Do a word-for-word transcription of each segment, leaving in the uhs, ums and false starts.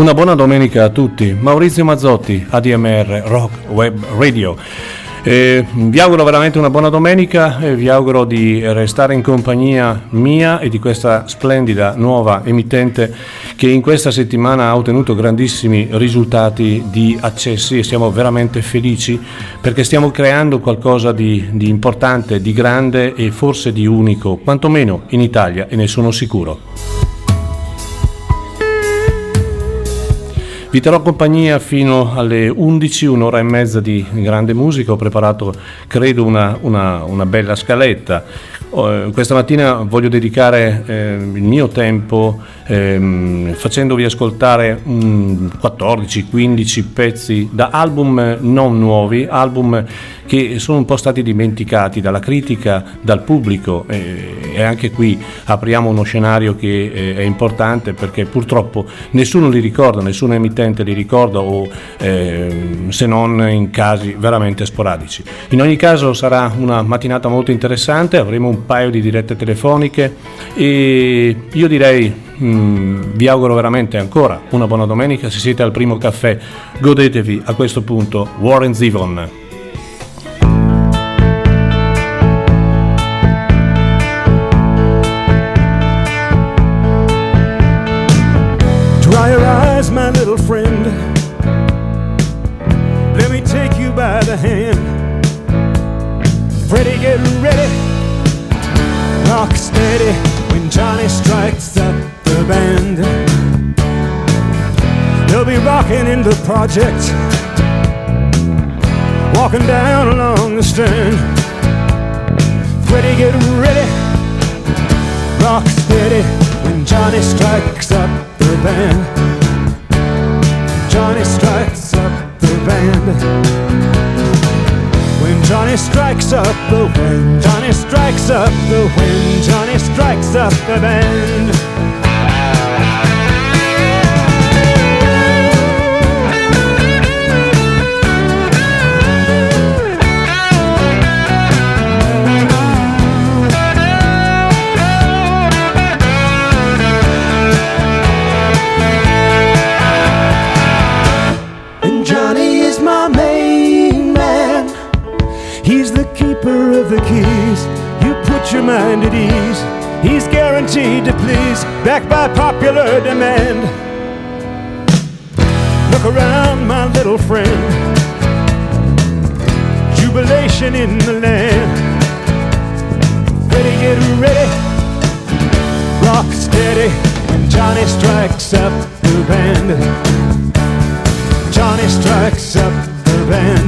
Una buona domenica a tutti. Maurizio Mazzotti, A D M R Rock Web Radio. Eh, vi auguro veramente una buona domenica e vi auguro di restare in compagnia mia e di questa splendida nuova emittente che in questa settimana ha ottenuto grandissimi risultati di accessi e siamo veramente felici perché stiamo creando qualcosa di, di importante, di grande e forse di unico, quantomeno in Italia, e ne sono sicuro. Vi terrò compagnia fino alle undici, un'ora e mezza di grande musica. Ho preparato, credo, una, una, una bella scaletta. Uh, questa mattina voglio dedicare eh, il mio tempo eh, facendovi ascoltare um, quattordici quindici pezzi da album non nuovi, album che sono un po' stati dimenticati dalla critica, dal pubblico, eh, e anche qui apriamo uno scenario che eh, è importante perché purtroppo nessuno li ricorda, nessun emittente li ricorda o eh, se non in casi veramente sporadici. In ogni caso sarà una mattinata molto interessante, avremo un paio di dirette telefoniche e io direi mh, vi auguro veramente ancora una buona domenica. Se siete al primo caffè, godetevi a questo punto Warren Zevon. Dry your eyes, my little friend. Let me take you by the hand. Freddie, get ready. Rock steady when Johnny strikes up the band. They'll be rocking in the project, walking down along the strand. Freddie, get ready. Rock steady when Johnny strikes up the band. Johnny strikes up the band. When Johnny strikes up the wind, Johnny strikes up the wind, Johnny strikes up the band. And Johnny is my main man. He's the keeper of the keys. You put your mind at ease. He's guaranteed to please, backed by popular demand. Look around, my little friend. Jubilation in the land. Ready, get ready. Rock steady when Johnny strikes up the band. Johnny strikes up the band.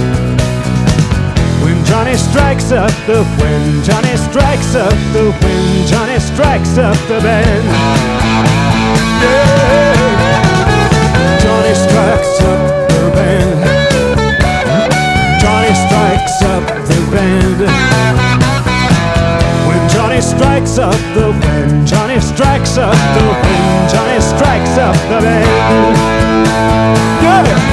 When Johnny strikes up the wind, Johnny strikes up the wind, Johnny strikes up the band. Yeah. Johnny strikes up the band. Johnny strikes up the band. When Johnny strikes up the wind, Johnny strikes up the wind, Johnny strikes up the band. Yeah.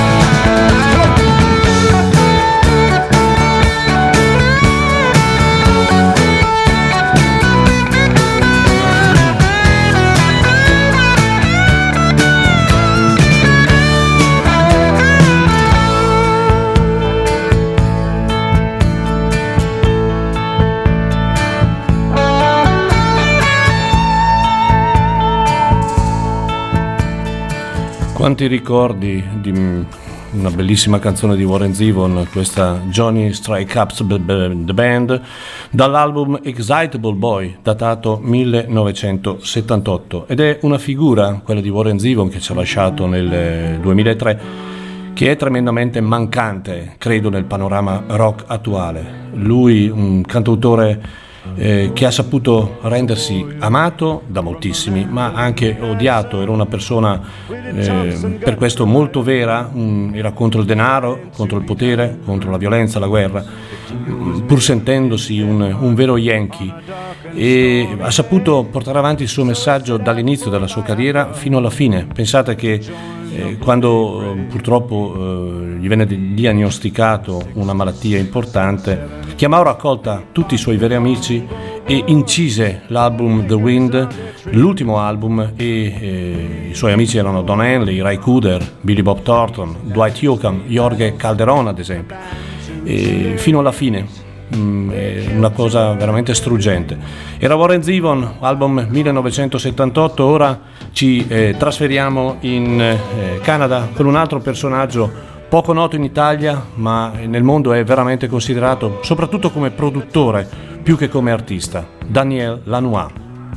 Quanti ricordi di una bellissima canzone di Warren Zevon, questa Johnny Strikes Up the Band, dall'album Excitable Boy, datato millenovecentosettantotto, ed è una figura, quella di Warren Zevon, che ci ha lasciato nel duemilatré, che è tremendamente mancante, credo, nel panorama rock attuale. Lui, un cantautore Eh, che ha saputo rendersi amato da moltissimi, ma anche odiato. Era una persona eh, per questo molto vera, um, era contro il denaro, contro il potere, contro la violenza, la guerra, um, pur sentendosi un, un vero yankee, e ha saputo portare avanti il suo messaggio dall'inizio della sua carriera fino alla fine. Pensate che eh, quando eh, purtroppo eh, gli venne diagnosticato una malattia importante, chiamò a raccolta tutti i suoi veri amici e incise l'album The Wind, l'ultimo album, e eh, i suoi amici erano Don Henley, Ray Cooder, Billy Bob Thornton, Dwight Yoakam, Jorge Calderón ad esempio, e fino alla fine, mh, è una cosa veramente struggente. Era Warren Zevon, album millenovecentosettantotto. Ora ci eh, trasferiamo in eh, Canada con un altro personaggio poco noto in Italia, ma nel mondo è veramente considerato soprattutto come produttore più che come artista, Daniel Lanois.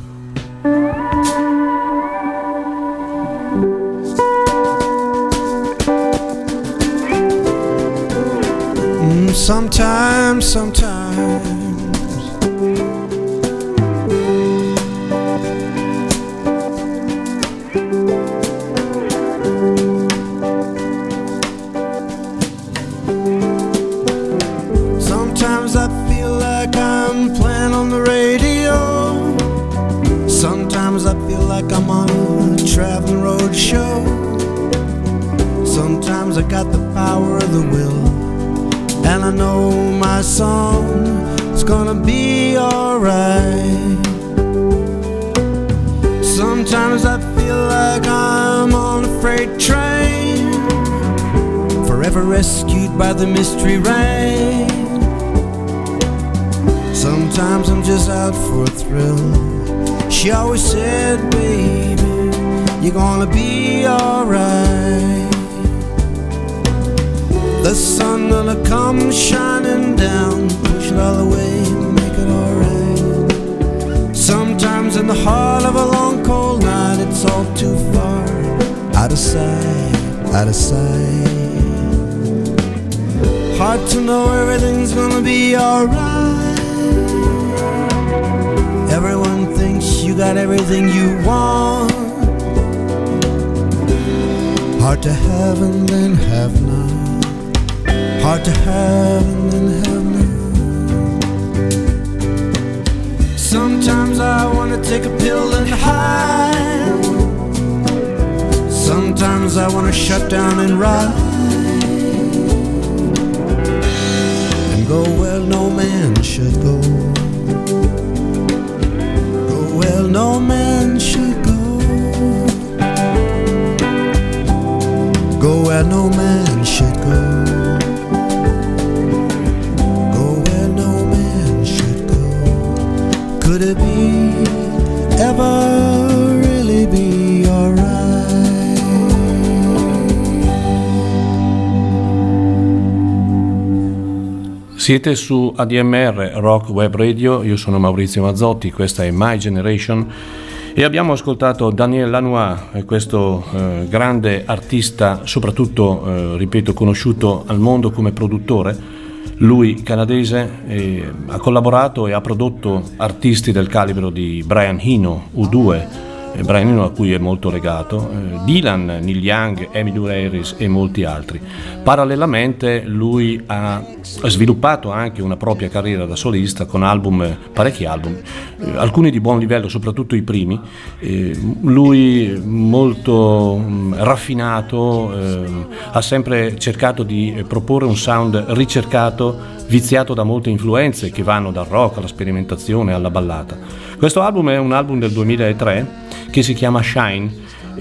Mm, sometimes, sometimes I'm on a traveling road show. Sometimes I got the power of the will, and I know my song is gonna be alright. Sometimes I feel like I'm on a freight train, forever rescued by the mystery rain. Sometimes I'm just out for a thrill. She always said, baby, you're gonna be alright. The sun gonna come shining down, push it all away, make it alright. Sometimes in the heart of a long cold night, it's all too far, out of sight, out of sight. Hard to know everything's gonna be alright. Everyone thinks you got everything you want. Hard to have and then have none. Hard to have and then have none. Sometimes I wanna take a pill and hide. Sometimes I wanna shut down and ride, and go where no man should go. Well, no man should go. Go where no man should go. Go where no man should go. Could it be, ever really be alright? Siete su A D M R Rock Web Radio, io sono Maurizio Mazzotti, questa è My Generation e abbiamo ascoltato Daniel Lanois, questo eh, grande artista, soprattutto, eh, ripeto, conosciuto al mondo come produttore. Lui canadese, eh, ha collaborato e ha prodotto artisti del calibro di Brian Eno, U due, eh, Brian Eno a cui è molto legato, eh, Dylan, Neil Young, Emmylou Harris e molti altri. Parallelamente lui ha sviluppato anche una propria carriera da solista con album, parecchi album, eh, alcuni di buon livello, soprattutto i primi. Eh, lui molto mh, raffinato, eh, ha sempre cercato di proporre un sound ricercato, viziato da molte influenze che vanno dal rock alla sperimentazione alla ballata. Questo album è un album del duemilatré che si chiama Shine,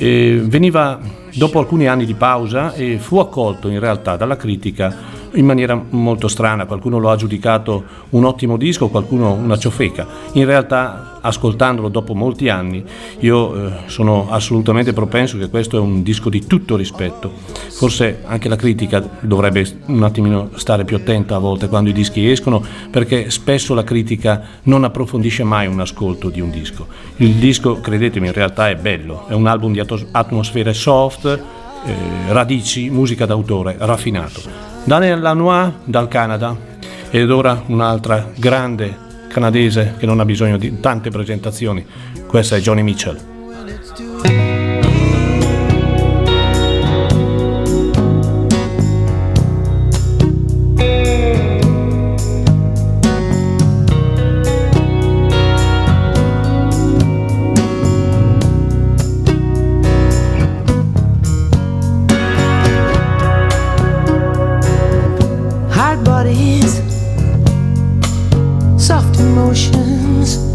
e veniva dopo alcuni anni di pausa e fu accolto in realtà dalla critica in maniera molto strana. Qualcuno lo ha giudicato un ottimo disco, qualcuno una ciofeca. In realtà, ascoltandolo dopo molti anni, io eh, sono assolutamente propenso che questo è un disco di tutto rispetto. Forse anche la critica dovrebbe un attimino stare più attenta a volte quando i dischi escono, perché spesso la critica non approfondisce mai un ascolto di un disco. Il disco, credetemi, in realtà è bello, è un album di atmosfere soft, eh, radici, musica d'autore, raffinato. Daniel Lanois dal Canada, ed ora un'altra grande canadese che non ha bisogno di tante presentazioni, questa è Joni Mitchell. Soft emotions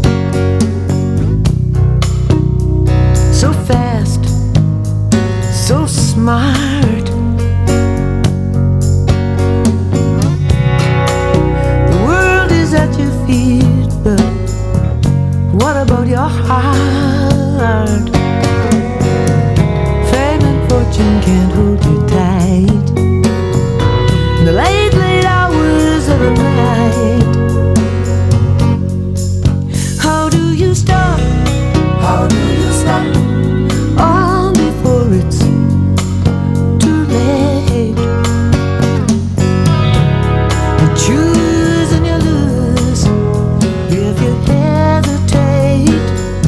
about your heart. Fame and fortune can't hold you tight. In the late, late hours of the night, how do you stop? How do you stop? All before it's too late. You choose and you lose if you hesitate.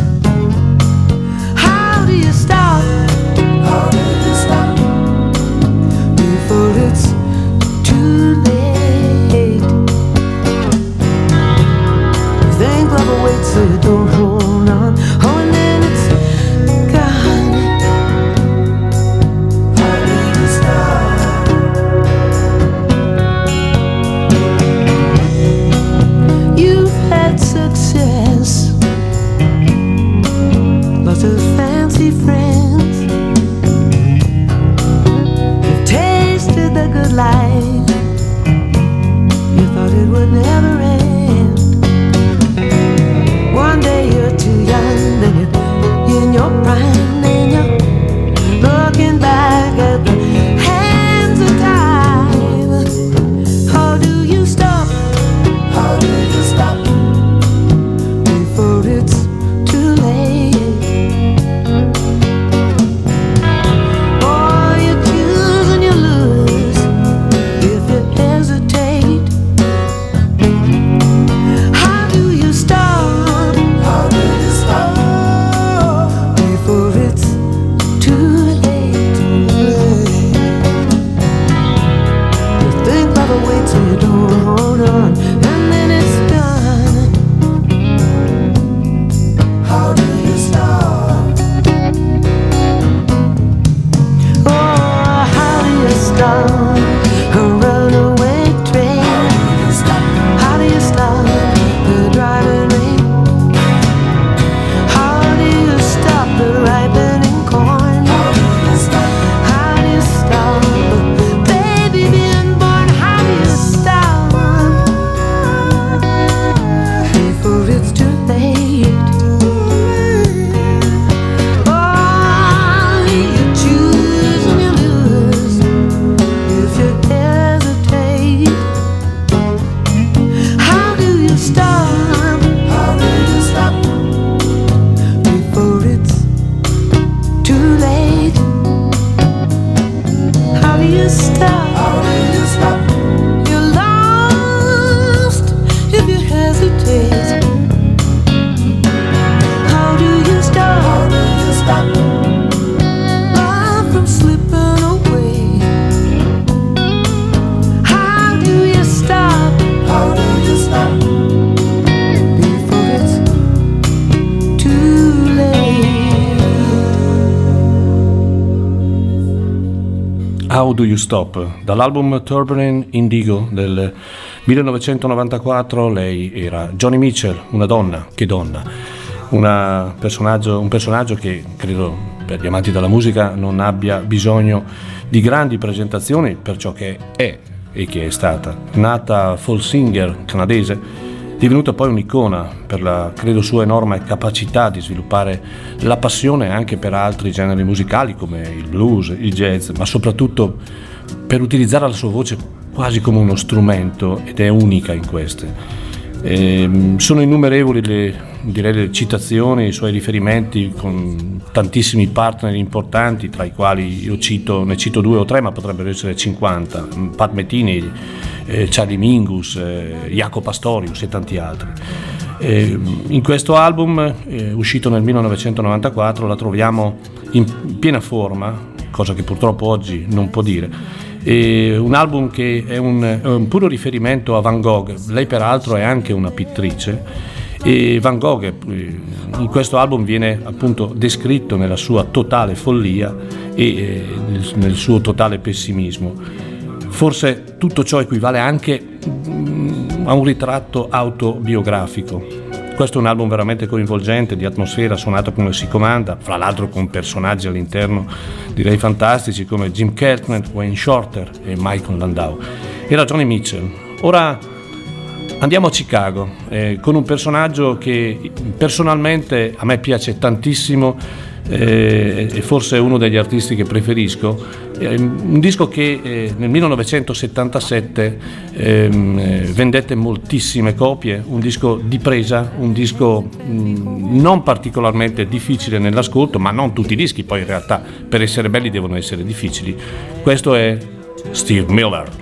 How do you stop? How do you stop? Before it's too late. You think love awaits so you don't hold on. Oh, and then it's gone. How do you stop? You've had success, lots of fancy friends. You've tasted the good life. You thought it would never end. One day you're too young, then you're in your prime, then you're looking back at the hands of time. How do you stop? How do you stop? Before it's too late. Oh, you choose and you lose if you hesitate. How do you stop? How do you stop? Before it's too late. You think love awaits so you don't hold on, and then it's gone. How do you stop? Oh, how do you stop a runaway train? How do you stop the driving rain? How do you stop the ripening corn? How do you stop? How do you stop the baby being born? How do you stop before it's too late? Oh, you choose and you lose if you hesitate. How do you stop? How do you stop before it's too late? How do you stop? How do you stop? You're lost if you hesitate. How do you stop? How do you stop? Love from slipping away. How do you stop? How do you stop? Before it's too late. How Do You Stop? Dall'album Turbulent Indigo del millenovecentonovantaquattro. Lei era Joni Mitchell, una donna, che donna, una personaggio, un personaggio che credo per gli amanti della musica non abbia bisogno di grandi presentazioni per ciò che è e che è stata. Nata folk singer canadese, divenuta poi un'icona per la, credo, sua enorme capacità di sviluppare la passione anche per altri generi musicali come il blues, il jazz, ma soprattutto per utilizzare la sua voce quasi come uno strumento, ed è unica in queste. E sono innumerevoli le, direi, le citazioni, i suoi riferimenti con tantissimi partner importanti, tra i quali io cito, ne cito due o tre, ma potrebbero essere cinquanta: Pat Metheny, eh, Charlie Mingus, eh, Jaco Pastorius e tanti altri. Eh, in questo album, eh, uscito nel millenovecentonovantaquattro, la troviamo in piena forma, cosa che purtroppo oggi non può dire. E un album che è un, è un puro riferimento a Van Gogh. Lei peraltro è anche una pittrice, e Van Gogh in questo album viene appunto descritto nella sua totale follia e nel, nel suo totale pessimismo. Forse tutto ciò equivale anche a un ritratto autobiografico. Questo è un album veramente coinvolgente, di atmosfera, suonato come si comanda, fra l'altro con personaggi all'interno direi fantastici come Jim Keltner, Wayne Shorter e Michael Landau. Era Joni Mitchell. Ora Andiamo a Chicago eh, con un personaggio che personalmente a me piace tantissimo eh, e forse è uno degli artisti che preferisco. Eh, un disco che eh, nel millenovecentosettantasette eh, vendette moltissime copie, un disco di presa, un disco mh, non particolarmente difficile nell'ascolto, ma non tutti i dischi poi in realtà per essere belli devono essere difficili. Questo è Steve Miller.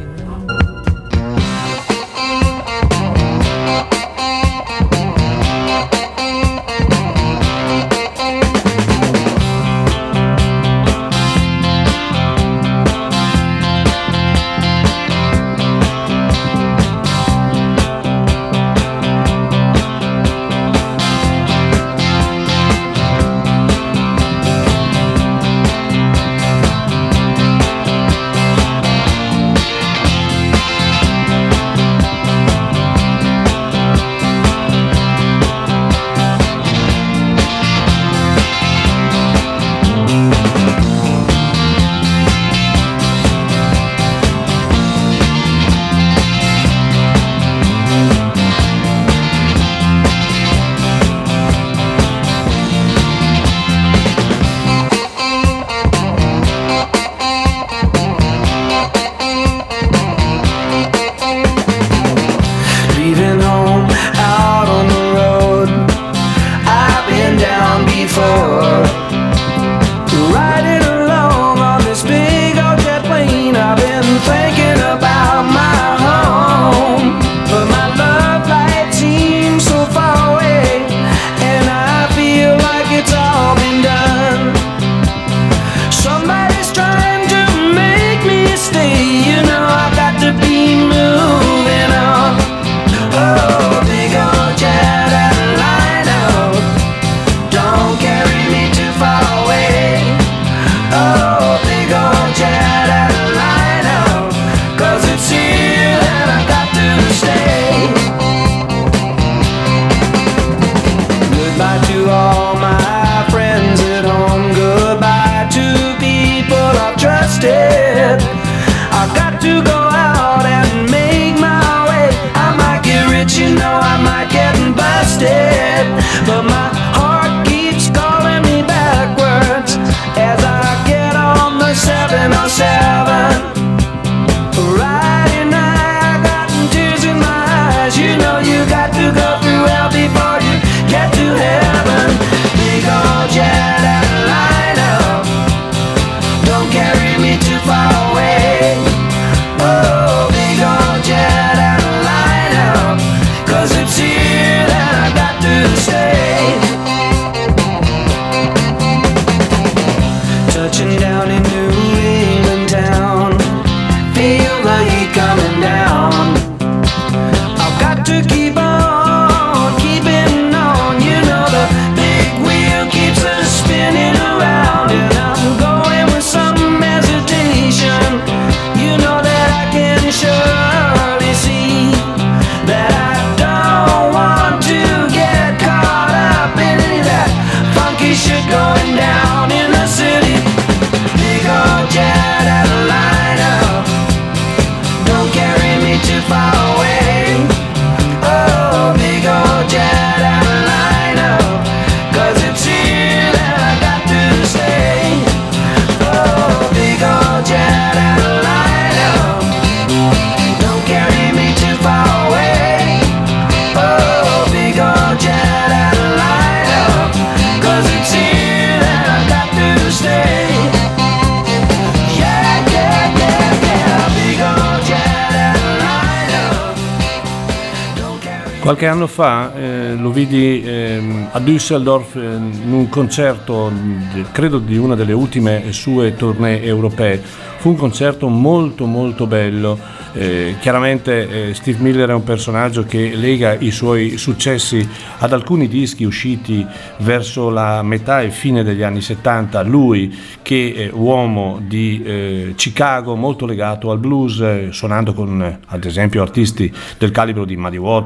Qualche anno fa eh, lo vidi eh, a Düsseldorf eh, in un concerto, di, credo di una delle ultime sue tournée europee. Fu un concerto molto molto bello. Eh, chiaramente eh, Steve Miller è un personaggio che lega i suoi successi ad alcuni dischi usciti verso la metà e fine degli anni settanta. Lui che è uomo di eh, Chicago, molto legato al blues, eh, suonando con eh, ad esempio artisti del calibro di Muddy Waters,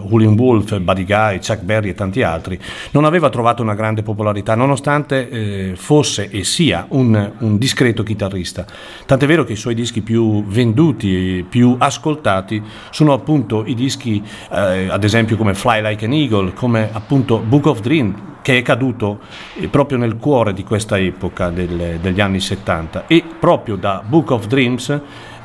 Howlin' Wolf, Buddy Guy, Chuck Berry e tanti altri, non aveva trovato una grande popolarità nonostante eh, fosse e sia un, un discreto chitarrista. Tant'è vero che i suoi dischi più venduti, più ascoltati sono appunto i dischi eh, ad esempio come Fly Like an Eagle, come appunto Book of Dreams, che è caduto proprio nel cuore di questa epoca del, degli anni settanta. E proprio da Book of Dreams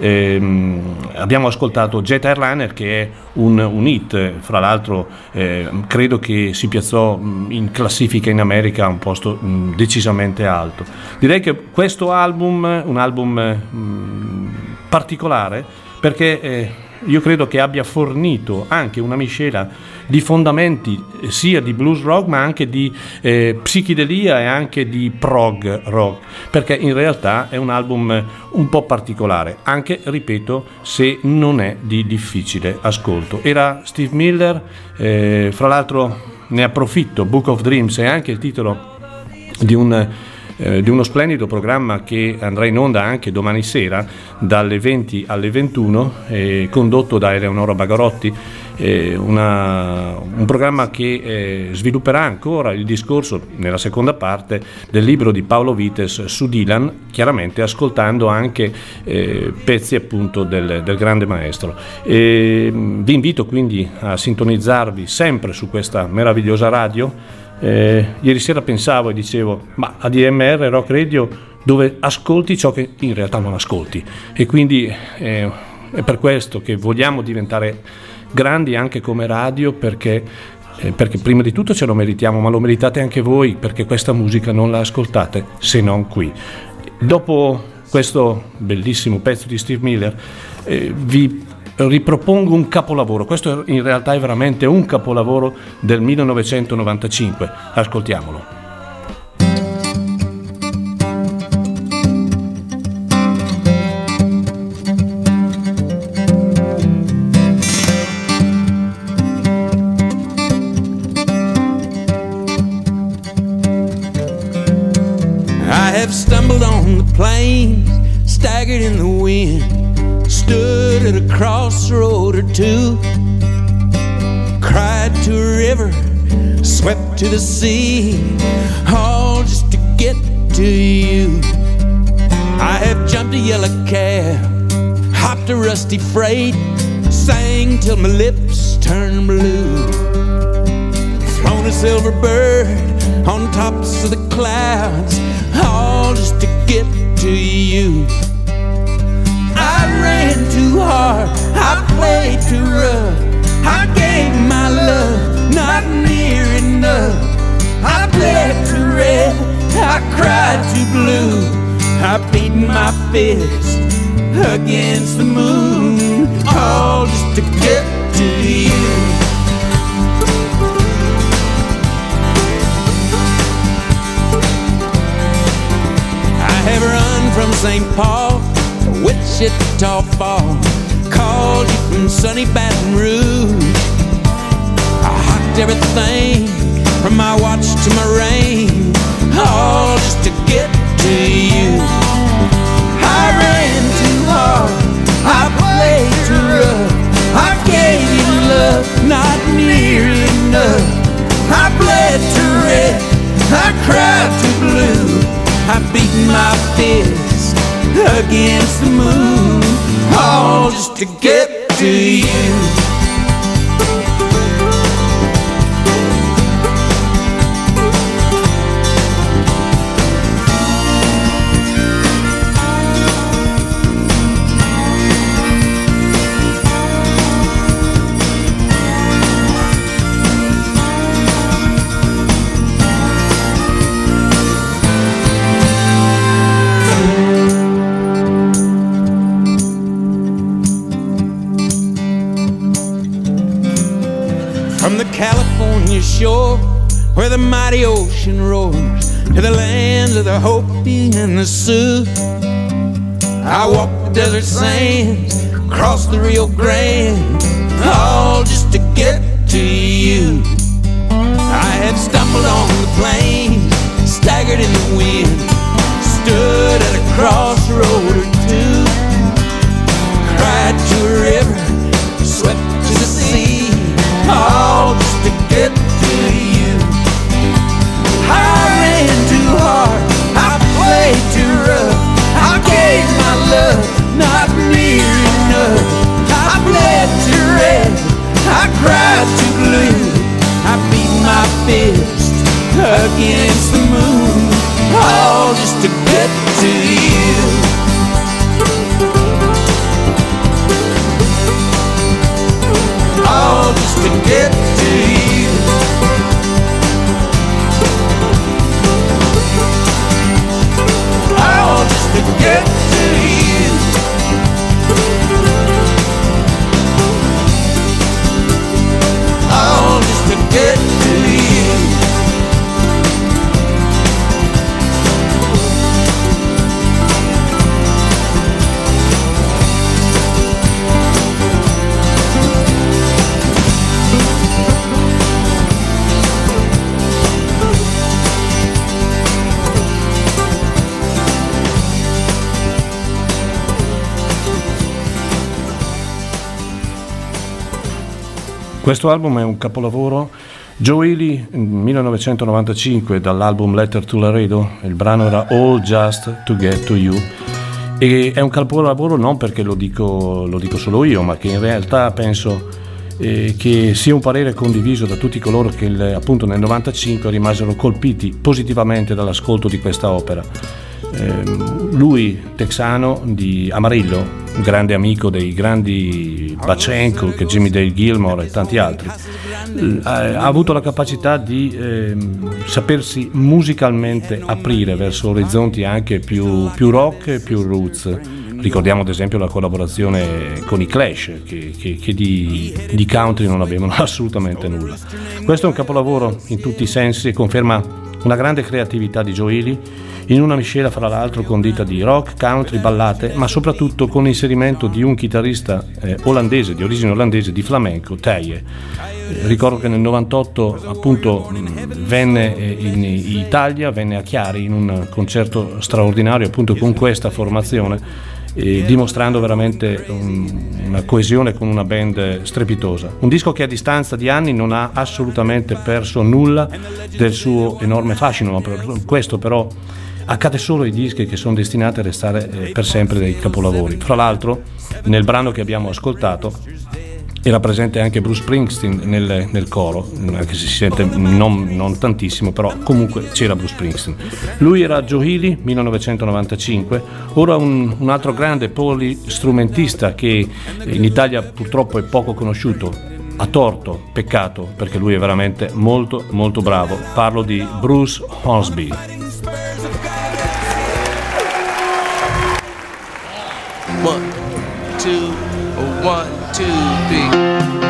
ehm, abbiamo ascoltato Jet Airliner, che è un, un hit, fra l'altro eh, credo che si piazzò in classifica in America a un posto mh, decisamente alto. Direi che questo album, un album mh, particolare, perché eh, io credo che abbia fornito anche una miscela di fondamenti sia di blues rock ma anche di eh, psichedelia e anche di prog rock, perché in realtà è un album un po' particolare, anche, ripeto, se non è di difficile ascolto. Era Steve Miller, eh, fra l'altro ne approfitto, Book of Dreams è anche il titolo di un Eh, di uno splendido programma che andrà in onda anche domani sera dalle venti alle ventuno, eh, condotto da Eleonora Bagarotti, eh, una, un programma che eh, svilupperà ancora il discorso nella seconda parte del libro di Paolo Vites su Dylan, chiaramente ascoltando anche eh, pezzi appunto del, del grande maestro. E, vi invito quindi a sintonizzarvi sempre su questa meravigliosa radio. Eh, ieri sera pensavo e dicevo, ma A D M R Rock Radio, dove ascolti ciò che in realtà non ascolti, e quindi eh, è per questo che vogliamo diventare grandi anche come radio, perché, eh, perché prima di tutto ce lo meritiamo, ma lo meritate anche voi, perché questa musica non la ascoltate se non qui. Dopo questo bellissimo pezzo di Steve Miller eh, vi ripropongo un capolavoro. Questo in realtà è veramente un capolavoro del millenovecentonovantacinque. Ascoltiamolo. I have stumbled on the plains, staggered in the wind, stood at a crossroad or two, cried to a river, swept to the sea, all just to get to you. I have jumped a yellow cab, hopped a rusty freight, sang till my lips turned blue, flown a silver bird on tops of the clouds, all just to get to you. I ran too hard, I played too rough, I gave my love, not near enough. I bled too red, I cried too blue, I beat my fist against the moon, all just to get to you. I have run from Saint Paul, Wichita Falls, called you from sunny Baton Rouge. I hocked everything from my watch to my ring, all just to get to you. I ran too hard, I played too rough, I gave you love, not near enough. I bled too red, I cried too blue, I beat my fist against the moon, all just to get to you. California shore, where the mighty ocean roars, to the lands of the Hopi and the Sioux. I walked the desert sands, crossed the Rio Grande, all just to get to you. I have stumbled on the plains, staggered in the wind, stood at a crossroad or two, cried to a river, swept to the sea, all fist against the moon, all just to get to you. All just to get to you. All just to get to you. All just to get to you. Questo album è un capolavoro. Joe Ely, millenovecentonovantacinque, dall'album Letter to Laredo, il brano era All Just to Get to You, e è un capolavoro non perché lo dico, lo dico solo io, ma che in realtà penso eh, che sia un parere condiviso da tutti coloro che il, appunto nel novantacinque rimasero colpiti positivamente dall'ascolto di questa opera. Eh, lui, texano di Amarillo, un grande amico dei grandi Bachenko, che Jimmy Dale Gilmore e tanti altri, ha avuto la capacità di eh, sapersi musicalmente aprire verso orizzonti anche più, più rock e più roots. Ricordiamo ad esempio la collaborazione con i Clash, che, che, che di, di country non avevano assolutamente nulla. Questo è un capolavoro in tutti i sensi e conferma una grande creatività di Joe Ely, in una miscela fra l'altro condita di rock, country, ballate, ma soprattutto con l'inserimento di un chitarrista eh, olandese, di origine olandese, di flamenco, Thaye. Eh, ricordo che nel novantotto appunto mh, venne eh, in Italia, venne a Chiari in un concerto straordinario appunto con questa formazione, eh, dimostrando veramente un, una coesione con una band strepitosa. Un disco che a distanza di anni non ha assolutamente perso nulla del suo enorme fascino, ma per questo però accade solo ai dischi che sono destinati a restare eh, per sempre dei capolavori. Fra l'altro, nel brano che abbiamo ascoltato era presente anche Bruce Springsteen nel, nel coro, anche se si sente non, non tantissimo, però comunque c'era Bruce Springsteen. Lui era Joe Ely, millenovecentonovantacinque, ora un, un altro grande polistrumentista che in Italia purtroppo è poco conosciuto, a torto, peccato, perché lui è veramente molto molto bravo. Parlo di Bruce Hornsby. One, two, one, two, three.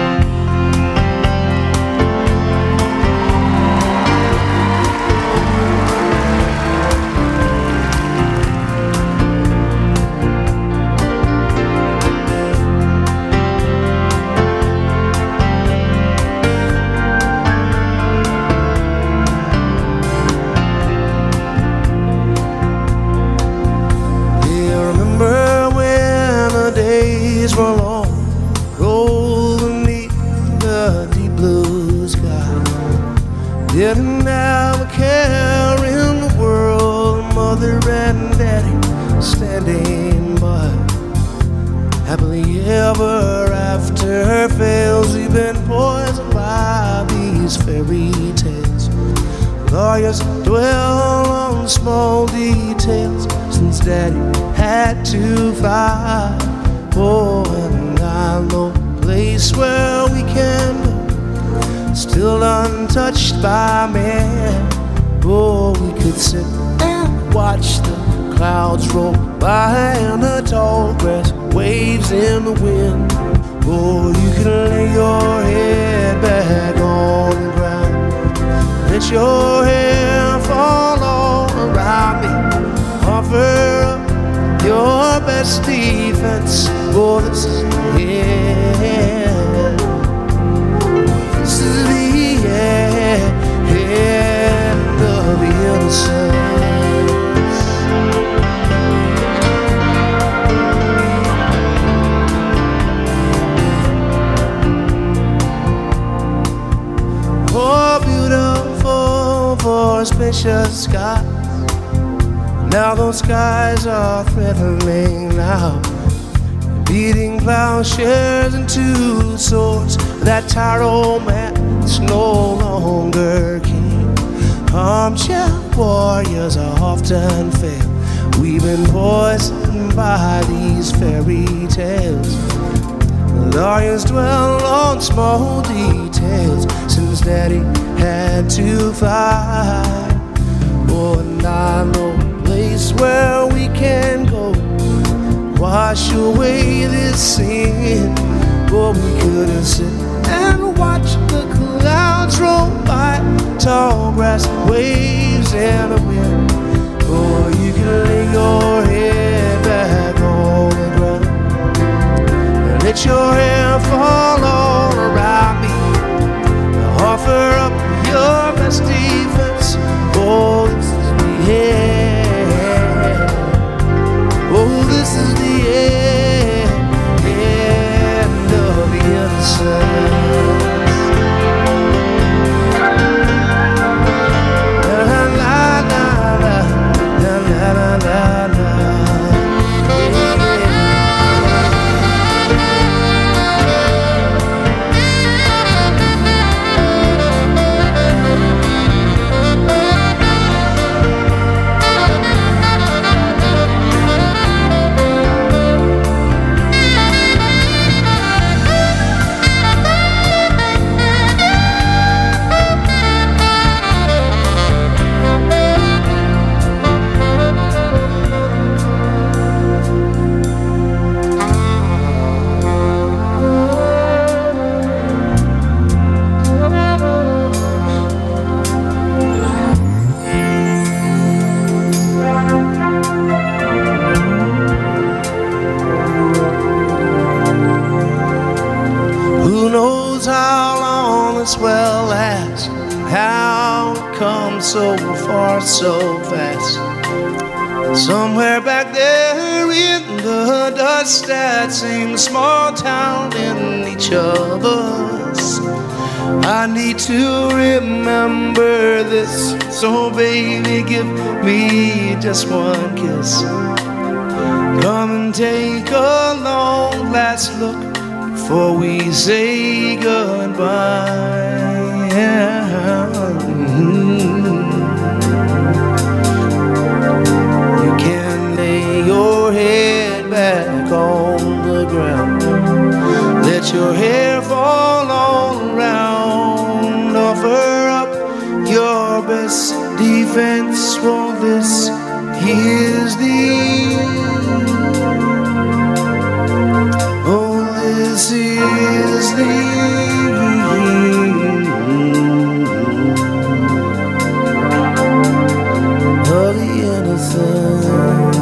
Were long, rolled beneath the deep blue sky. Didn't have a care in the world, mother and daddy standing by. Happily ever after fails, we've been poisoned by these fairy tales. Lawyers dwell on small details since daddy had to fly. Oh, and I know a place where we can go, still untouched by man. Oh, we could sit and watch the clouds roll by and the tall grass waves in the wind. Oh, you can lay your head back on the ground, let your hair fall all around me, offer up your best defense. Oh, this is the end. This is the end, end of the innocence. Oh, beautiful for spacious skies. Now those skies are threatening now, beating plowshares into swords. That tired old man it's no longer king. Armchair warriors are often fail. We've been poisoned by these fairy tales. Lawyers dwell on small details since Daddy had to fly. Oh, and I know a place where we can go, wash away this sin. Oh, we could have sit and watch the clouds roll by, tall grass waves in the wind. Or you can lay your head back on the ground and let your hair fall all around me. Offer up your best defense. Oh, this is the end. Oh, this is the end, end of the innocence. Well, last, how it comes so far so fast. Somewhere back there in the dust, that same small town in each of us, I need to remember this. So baby, give me just one kiss. Come and take a long last look before we say goodbye. Mm-hmm. You can lay your head back on the ground, let your hair fall all around. Offer up your best defense. For this is the oh, this is the of the innocence.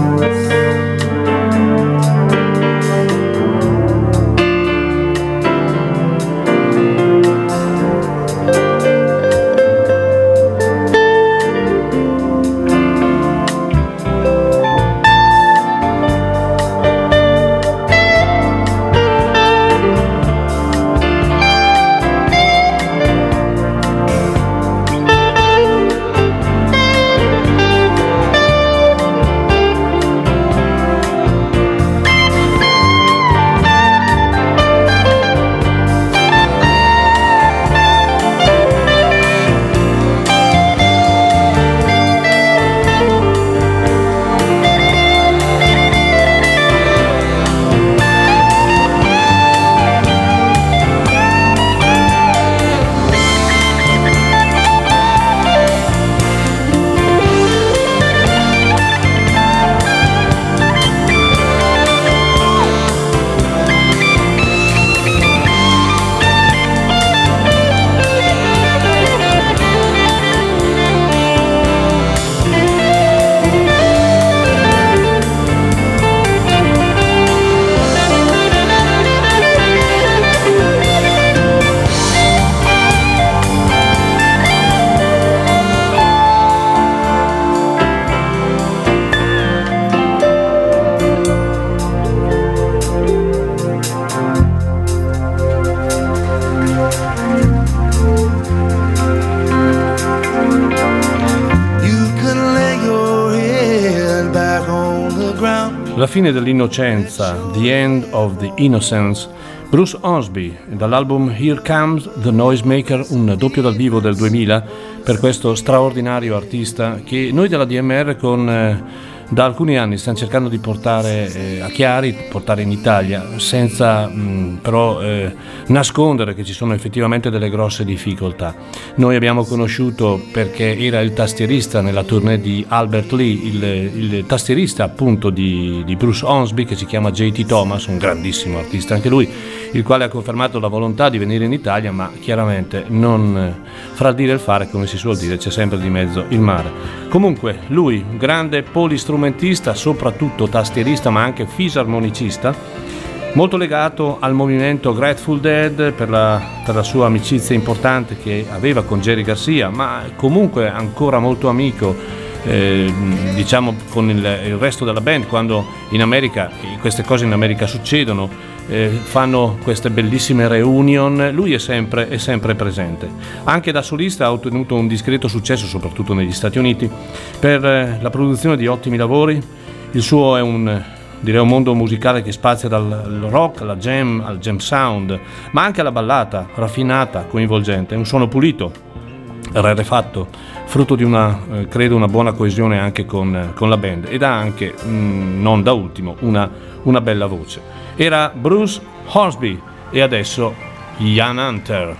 La fine dell'innocenza, The End of the Innocence, Bruce Hornsby, dall'album Here Comes the Noisemaker, un doppio dal vivo del duemila per questo straordinario artista che noi della D M R con... Eh, da alcuni anni stiamo cercando di portare eh, a Chiari, portare in Italia, senza mh, però eh, nascondere che ci sono effettivamente delle grosse difficoltà. Noi abbiamo conosciuto perché era il tastierista nella tournée di Albert Lee, il, il tastierista appunto di, di Bruce Hornsby, che si chiama J T Thomas, un grandissimo artista anche lui, il quale ha confermato la volontà di venire in Italia, ma chiaramente non fra il dire e il fare, come si suol dire, c'è sempre di mezzo il mare. Comunque lui, un grande polistrumentista, soprattutto tastierista ma anche fisarmonicista, molto legato al movimento Grateful Dead per la, per la sua amicizia importante che aveva con Jerry Garcia, ma comunque ancora molto amico eh, diciamo con il, il resto della band. Quando in America, queste cose in America succedono, eh, fanno queste bellissime reunion, lui è sempre, è sempre presente. Anche da solista ha ottenuto un discreto successo, soprattutto negli Stati Uniti, per eh, la produzione di ottimi lavori. Il suo è un, direi, un mondo musicale che spazia dal rock alla jam, al jam sound, ma anche alla ballata, raffinata, coinvolgente. È un suono pulito, rarefatto, frutto di una, eh, credo, una buona coesione anche con, con la band, ed ha anche, mh, non da ultimo, una, una bella voce. Era Bruce Hornsby e adesso Ian Hunter.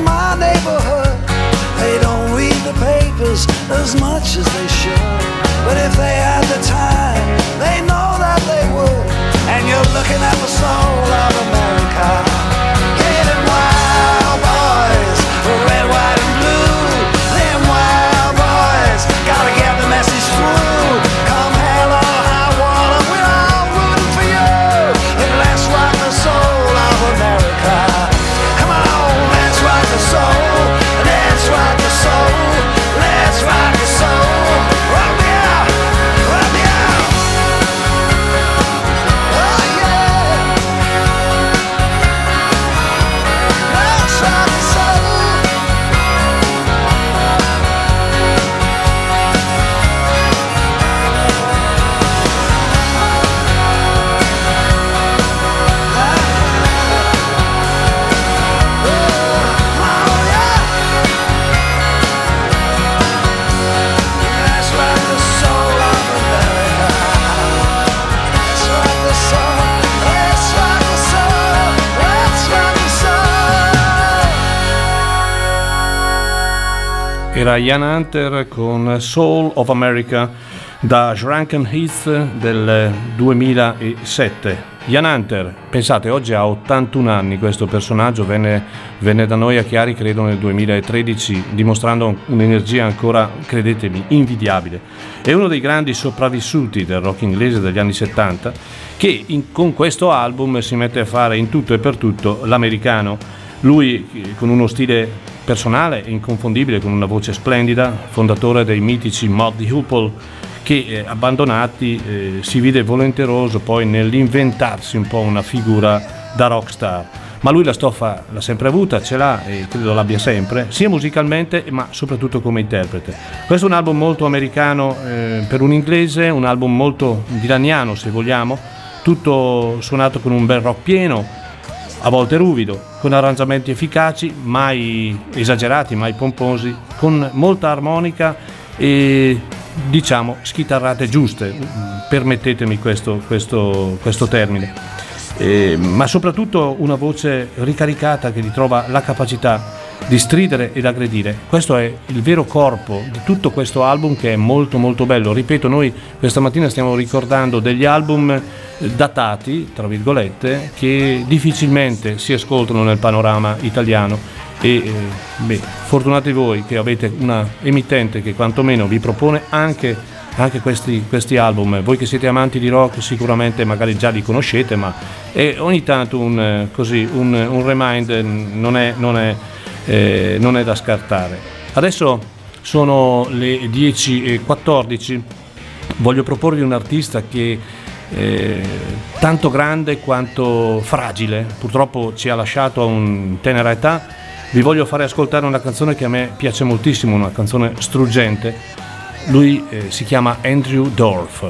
as much as they should, But if they had the time, they know that they would. And you're looking at the soul of America. Yeah, them wild boys, red, white, and blue. Them wild boys, gotta get the message through. Come hell or high water, we're all rooting for you. And let's rock the soul of America. Come on, let's rock the soul. Let's rock the soul. Let's rock the soul. Rock me out, rock me out. Oh yeah. Let's rock the soul. Era Ian Hunter con Soul of America da Shrunken Heath del duemilasette. Ian Hunter, pensate, oggi ha ottantuno anni questo personaggio, venne, venne da noi a Chiari credo nel duemilatredici, dimostrando un'energia ancora, credetemi, invidiabile. È uno dei grandi sopravvissuti del rock inglese degli anni settanta che in, con questo album si mette a fare in tutto e per tutto l'americano. Lui con uno stile personale e inconfondibile, con una voce splendida, fondatore dei mitici Mud the Hoople, che eh, abbandonati eh, si vide volenteroso poi nell'inventarsi un po' una figura da rockstar. Ma lui la stoffa l'ha sempre avuta, ce l'ha e credo l'abbia sempre, sia musicalmente ma soprattutto come interprete. Questo è un album molto americano eh, per un inglese, un album molto dilaniano se vogliamo, tutto suonato con un bel rock pieno, a volte ruvido, con arrangiamenti efficaci, mai esagerati, mai pomposi, con molta armonica e diciamo schitarrate giuste, permettetemi questo, questo, questo termine, eh, ma soprattutto una voce ricaricata che ritrova la capacità di stridere ed aggredire. Questo è il vero corpo di tutto questo album, che è molto molto bello. Ripeto, noi questa mattina stiamo ricordando degli album datati, tra virgolette, che difficilmente si ascoltano nel panorama italiano e eh, beh, fortunati voi che avete una emittente che quantomeno vi propone anche, anche questi, questi album. Voi che siete amanti di rock sicuramente magari già li conoscete, ma è ogni tanto un, così, un, un remind non è, non è Eh, non è da scartare. Adesso sono le dieci e quattordici, voglio proporvi un artista che è tanto grande quanto fragile, purtroppo ci ha lasciato a un tenera età. Vi voglio fare ascoltare una canzone che a me piace moltissimo, una canzone struggente. Lui eh, si chiama Andrew Dorf.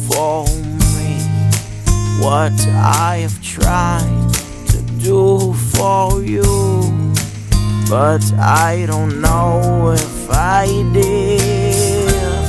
What I have tried to do for you, but I don't know if I did.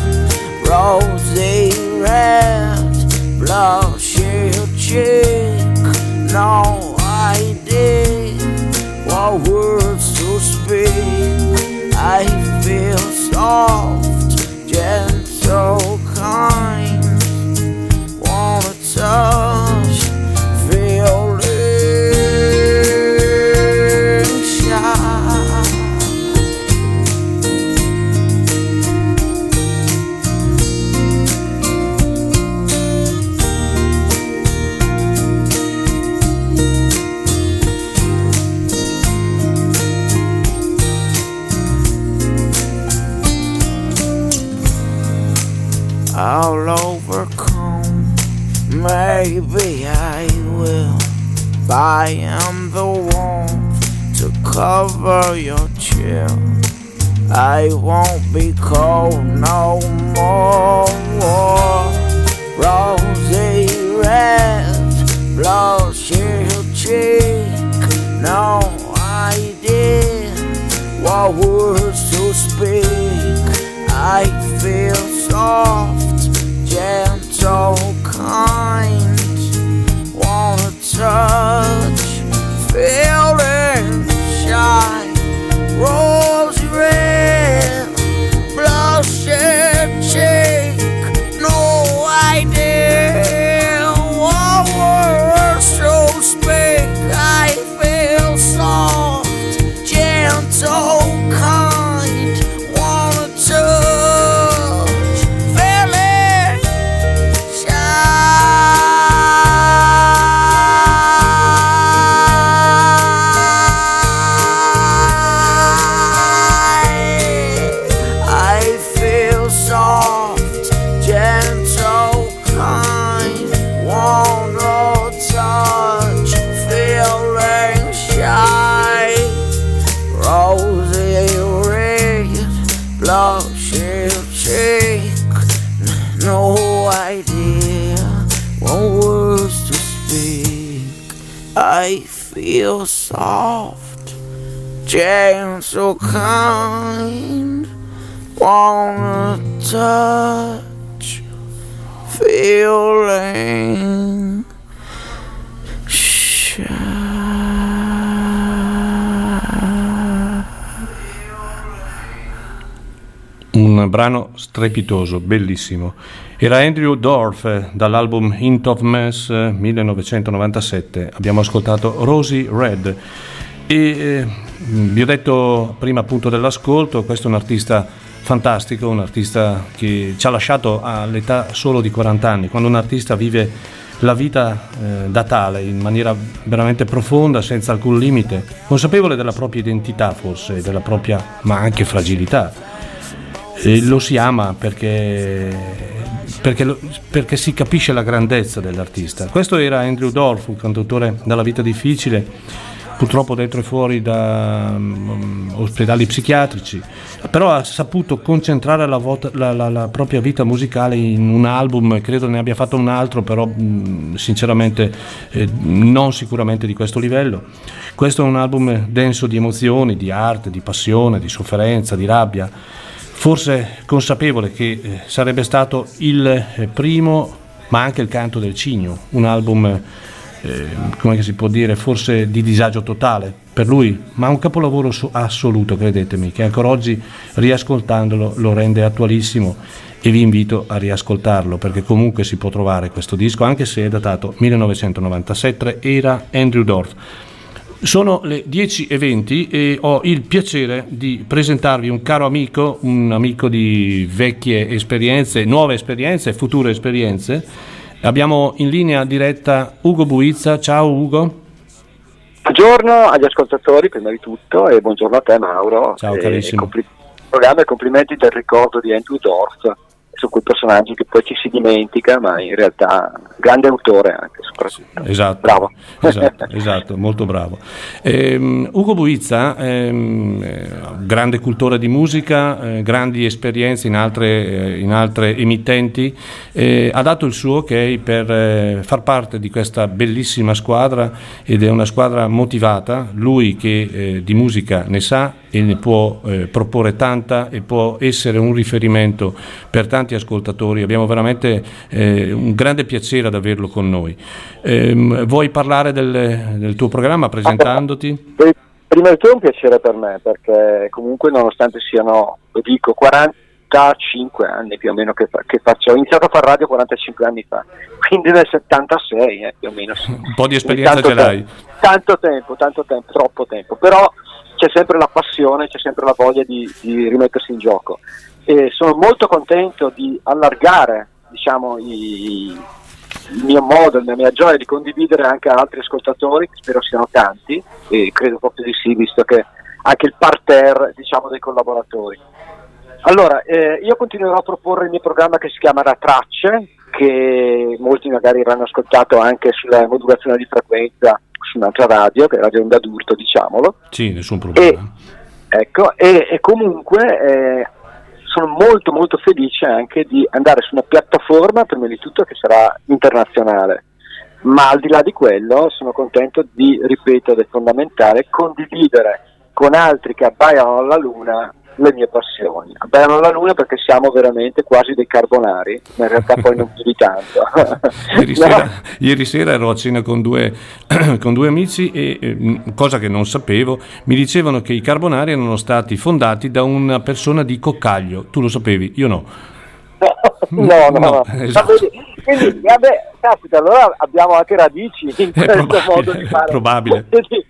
Rosy red, blush your cheek. No, I did. What words to speak? I feel soft, gentle, kind. Wanna touch, feeling shy. I'll overcome, maybe I will. I am the warmth to cover your chill. I won't be cold no more. Rosy red, blush your cheek. No, I did. What words to speak? I feel soft, gentle, kind. Wanna touch, feeling shy. Rosy red, blushing cheek. No idea what words to speak. I feel soft, gentle, kind. Wanna touch, feeling shy. I feel soft, gentle, kind. Wanna touch, feeling shy. Rosy red, blush your cheek. No idea what words to speak. I feel soft, gentle, kind. Wanna touch, feeling shy. Un brano strepitoso, bellissimo. Era Andrew Dorff dall'album Hint of Mess millenovecentonovantasette. Abbiamo ascoltato Rosy Red e eh, vi ho detto prima appunto dell'ascolto, questo è un artista fantastico, un artista che ci ha lasciato all'età solo di quaranta anni. Quando un artista vive la vita eh, da tale in maniera veramente profonda, senza alcun limite, consapevole della propria identità forse, della propria ma anche fragilità. E lo si ama perché, perché, lo, perché si capisce la grandezza dell'artista. Questo era Andrew Dorff, un cantautore dalla vita difficile, purtroppo dentro e fuori da um, ospedali psichiatrici, però ha saputo concentrare la, vota, la, la, la propria vita musicale in un album. Credo ne abbia fatto un altro, però mh, sinceramente eh, non sicuramente di questo livello. Questo è un album denso di emozioni, di arte, di passione, di sofferenza, di rabbia, forse consapevole che eh, sarebbe stato il eh, primo, ma anche il canto del cigno, un album eh, come si può dire, forse di disagio totale per lui, ma un capolavoro assoluto, credetemi, che ancora oggi riascoltandolo lo rende attualissimo, e vi invito a riascoltarlo perché comunque si può trovare questo disco, anche se è datato millenovecentonovantasette. Era Andrew Dorff. Sono le dieci e venti e ho il piacere di presentarvi un caro amico, un amico di vecchie esperienze, nuove esperienze, future esperienze. Abbiamo in linea diretta Ugo Buizza. Ciao Ugo. Buongiorno agli ascoltatori prima di tutto, e buongiorno a te Mauro. Ciao e carissimo. Compli- programma e complimenti del ricordo di Andrew Dorff. sono quei personaggi che poi ci si dimentica, ma in realtà grande autore anche, soprattutto. Esatto, bravo. Esatto, esatto, molto bravo. Ehm, Ugo Buizza, ehm, grande cultore di musica, eh, grandi esperienze in altre, eh, in altre emittenti, eh, ha dato il suo ok per eh, far parte di questa bellissima squadra, ed è una squadra motivata, lui che eh, di musica ne sa e ne può eh, proporre tanta e può essere un riferimento per tanti ascoltatori. Abbiamo veramente eh, un grande piacere ad averlo con noi. Eh, vuoi parlare del, del tuo programma presentandoti? Prima di tutto è un piacere per me, perché comunque nonostante siano, lo dico, quarantacinque anni più o meno che, fa, che faccio, ho iniziato a fare radio quarantacinque anni fa, quindi nel settantasei eh, più o meno. Sì. Un po' di esperienza ce l'hai. Tanto tempo, tanto tempo, troppo tempo, però c'è sempre la passione, c'è sempre la voglia di, di rimettersi in gioco, e sono molto contento di allargare, diciamo, i, il mio modo, la mia gioia di condividere anche a altri ascoltatori, che spero siano tanti, e credo proprio di sì, visto che anche il parterre, diciamo, dei collaboratori. Allora, eh, io continuerò a proporre il mio programma che si chiama Tracce, che molti magari avranno ascoltato anche sulla modulazione di frequenza su un'altra radio, che è Radio Onda d'Urto, diciamolo. Sì, nessun problema. E, ecco, e, e comunque eh, sono molto molto felice anche di andare su una piattaforma, prima di tutto, che sarà internazionale, ma al di là di quello sono contento di, ripeto, ed è fondamentale, condividere con altri che abbaiano alla luna le mie passioni. Abbaiano alla luna perché siamo veramente quasi dei carbonari, ma in realtà poi non più di tanto. Ieri, no. sera, ieri sera ero a cena con due, con due amici e, eh, cosa che non sapevo, mi dicevano che i carbonari erano stati fondati da una persona di Coccaglio. Tu lo sapevi? Io no. No, no, no. no esatto. Quindi, vabbè, caspita, allora abbiamo anche radici in è questo probabile, modo di fare. È probabile.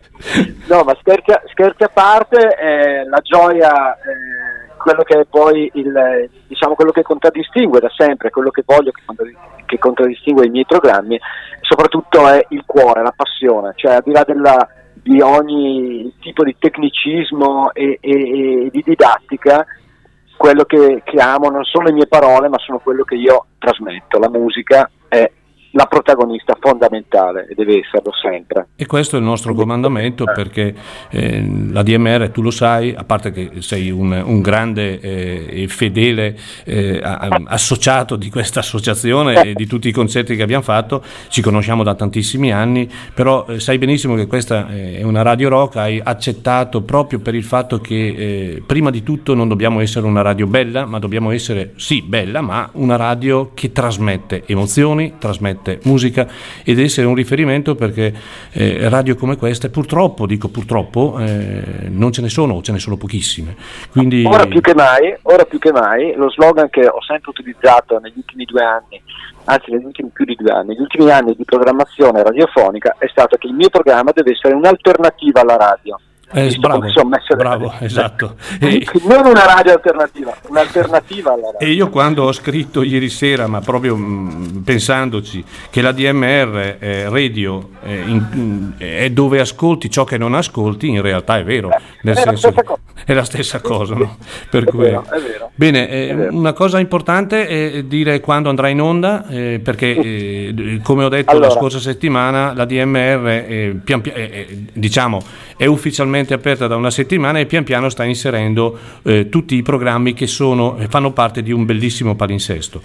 No, ma scherzi a, scherzi a parte, eh, la gioia, eh, quello che è poi il, diciamo, quello che contraddistingue da sempre, quello che voglio che, che contraddistingue i miei programmi, soprattutto è il cuore, la passione, cioè al di là della, di ogni tipo di tecnicismo e, e, e di didattica, quello che, che amo non sono le mie parole, ma sono quello che io trasmetto. La musica è la protagonista fondamentale e deve esserlo sempre. E questo è il nostro comandamento, perché eh, la D M R, tu lo sai, a parte che sei un, un grande eh, e fedele eh, associato di questa associazione e di tutti i concerti che abbiamo fatto, ci conosciamo da tantissimi anni, però eh, sai benissimo che questa è una radio rock, hai accettato proprio per il fatto che eh, prima di tutto non dobbiamo essere una radio bella, ma dobbiamo essere, sì, bella, ma una radio che trasmette emozioni, trasmette musica, ed essere un riferimento, perché eh, radio come queste purtroppo, dico purtroppo, eh, non ce ne sono, ce ne sono pochissime. Quindi ora più che mai, ora più che mai, lo slogan che ho sempre utilizzato negli ultimi due anni, anzi negli ultimi più di due anni, negli ultimi anni di programmazione radiofonica, è stato che il mio programma deve essere un'alternativa alla radio. Eh, bravo, bravo, esatto. E, non una radio alternativa, un'alternativa alla radio. E io quando ho scritto ieri sera, ma proprio mh, pensandoci, che la D M R eh, radio eh, in, è dove ascolti ciò che non ascolti, in realtà è vero, nel è, senso, la è la stessa cosa, no? Per è cui vero, è vero. Bene, eh, è vero. Una cosa importante è dire quando andrà in onda, eh, perché eh, come ho detto allora. la scorsa settimana, la D M R eh, pian pian, eh, diciamo è ufficialmente aperta da una settimana e pian piano sta inserendo eh, tutti i programmi che sono, fanno parte di un bellissimo palinsesto.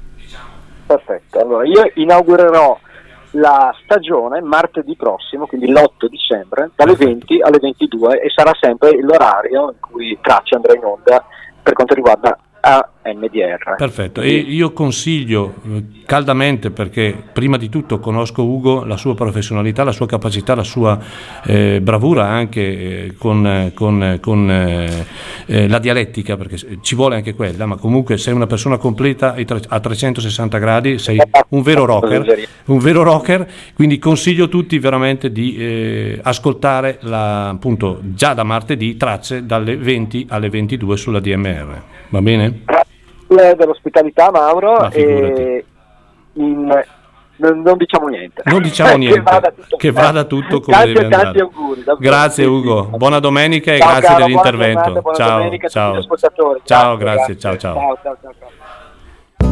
Perfetto, allora io inaugurerò la stagione martedì prossimo, quindi l'otto dicembre, dalle venti alle ventidue, e sarà sempre l'orario in cui Tracce andrà in onda per quanto riguarda A M D R. Perfetto, e io consiglio eh, caldamente, perché prima di tutto conosco Ugo, la sua professionalità, la sua capacità, la sua eh, bravura anche eh, con, con, con eh, eh, la dialettica, perché ci vuole anche quella, ma comunque sei una persona completa a trecentosessanta gradi, sei un vero rocker, un vero rocker, quindi consiglio a tutti veramente di eh, ascoltare la, appunto già da martedì Tracce dalle venti alle ventidue sulla D M R, va bene? Dell'ospitalità, Mauro, figurati. e in, non, non diciamo niente. Non diciamo niente, che vada tutto, che vada tutto come tanti, deve tanti andare. auguri, davvero. Grazie Ugo, buona domenica e ciao, grazie caro, dell'intervento. Buona giornata, buona ciao, domenica a ciao. tutti gli ascoltatori. Ciao, Grazie, grazie, grazie. ciao, ciao. ciao, ciao, ciao, ciao.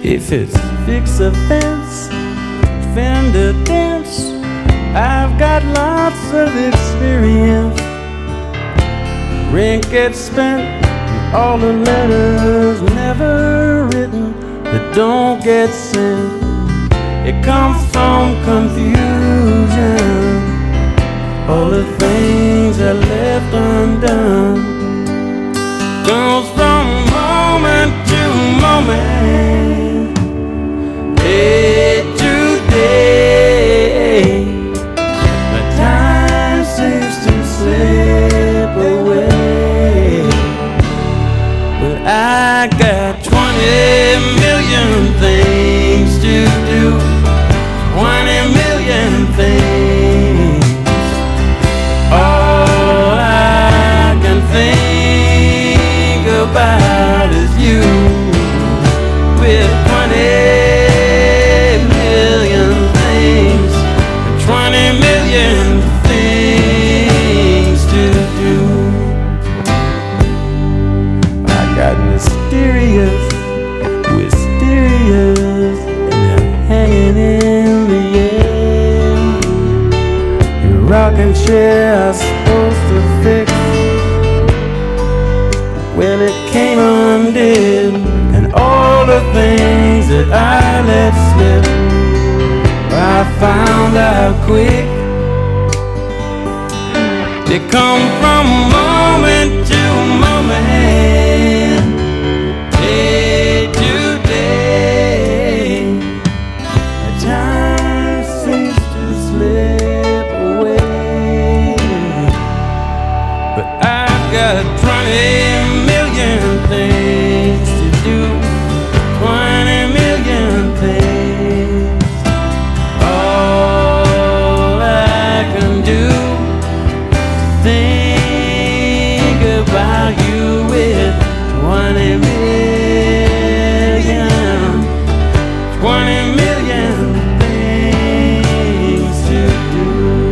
If it's fix a fence, fend a dance, I've got lots of experience. Rent gets spent, all the letters never written that don't get sent. It comes from confusion, all the things I left undone. Comes from moment to moment, day to day. The time seems to slip away, but I got twenty million things to do, twenty million things. All I can think about is you, with twenty million things, twenty million things to do. I got mysterious, mysterious, and they're hanging in the air. Your rocking chair I was supposed to fix, well it came undid, and all the things that I let slip, I found out quick. They come from moment to moment, day to day. The time seems to slip away, but I've got twenty million things to do, twenty million things. All I can do is think about you with twenty million, twenty million things to do.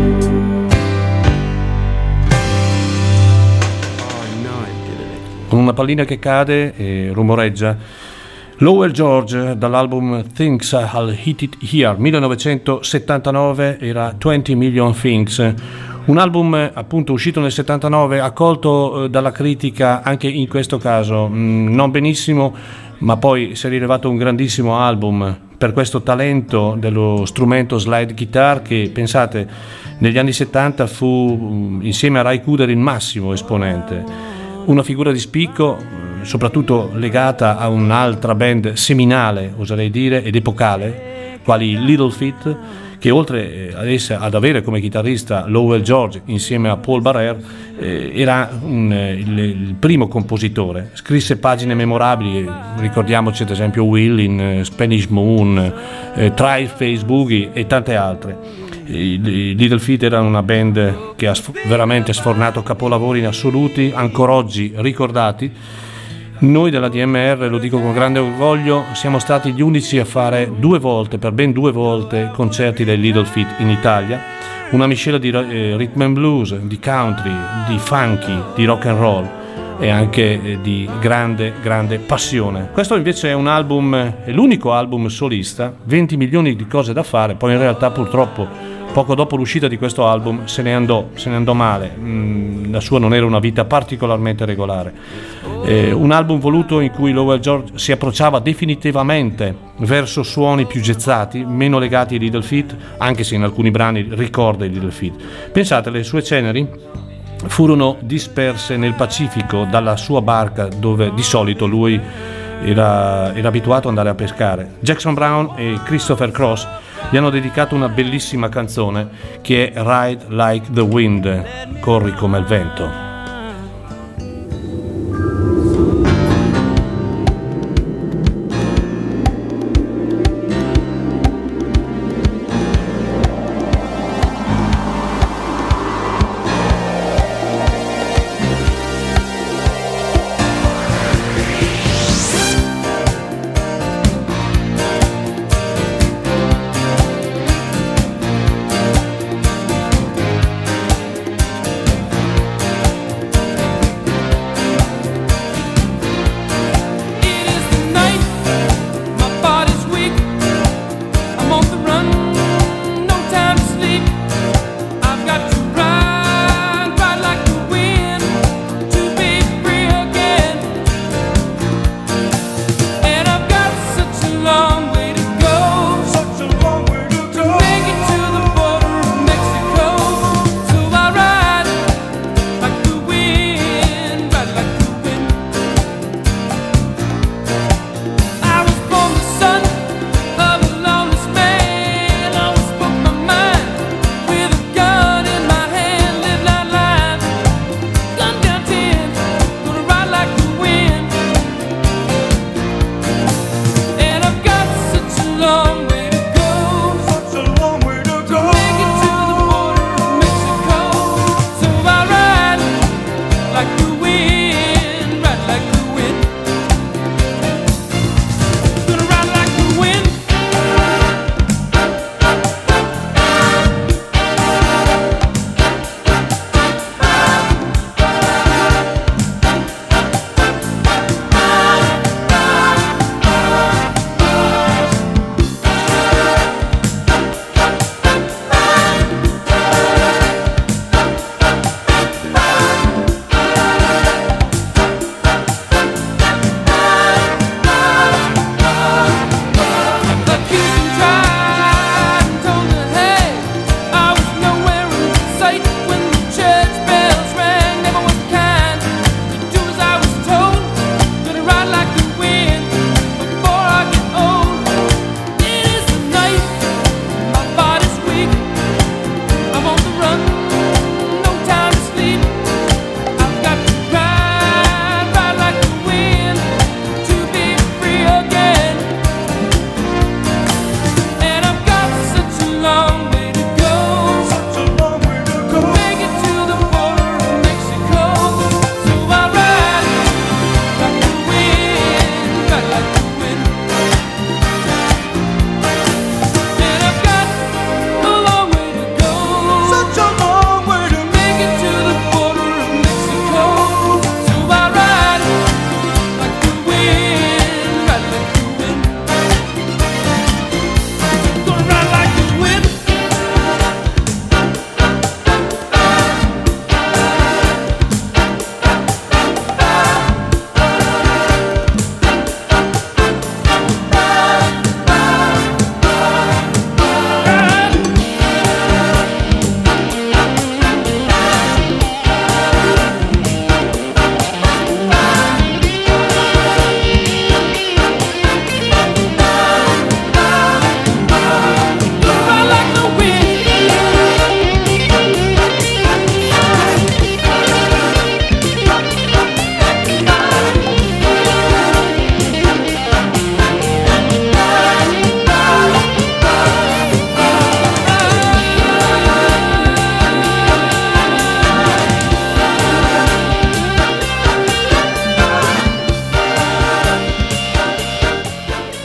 Oh no, I did it. Con una pallina che cade e rumoreggia. Lowell George dall'album Things I'll Hit It Here millenovecentosettantanove era twenty million Things, un album appunto uscito nel settantanove, accolto eh, dalla critica anche in questo caso mh, non benissimo, ma poi si è rivelato un grandissimo album per questo talento dello strumento slide guitar che, pensate, negli anni settanta fu mh, insieme a Ry Cooder il massimo esponente, una figura di spicco soprattutto legata a un'altra band seminale, oserei dire, ed epocale, quali i Little Feat, che oltre ad, essere, ad avere come chitarrista Lowell George insieme a Paul Barrère, eh, era un, il, il primo compositore. Scrisse pagine memorabili, ricordiamoci ad esempio Will in uh, Spanish Moon, eh, Try Face Boogie e tante altre. I, i Little Feat erano una band che ha sf- veramente sfornato capolavori in assoluti, ancora oggi ricordati. Noi della D M R, lo dico con grande orgoglio, siamo stati gli unici a fare due volte, per ben due volte, concerti dei Little Feat in Italia, una miscela di eh, rhythm and blues, di country, di funky, di rock and roll e anche eh, di grande, grande passione. Questo invece è un album, è l'unico album solista, venti milioni di cose da fare, poi in realtà purtroppo poco dopo l'uscita di questo album se ne andò, se ne andò male. Mm, la sua non era una vita particolarmente regolare. Eh, un album voluto in cui Lowell George si approcciava definitivamente verso suoni più gezzati, meno legati ai Little Feat, anche se in alcuni brani ricorda i Little Feat. Pensate, le sue ceneri furono disperse nel Pacifico dalla sua barca dove di solito lui era, era abituato ad andare a pescare. Jackson Browne e Christopher Cross gli hanno dedicato una bellissima canzone che è Ride Like the Wind, corri come il vento.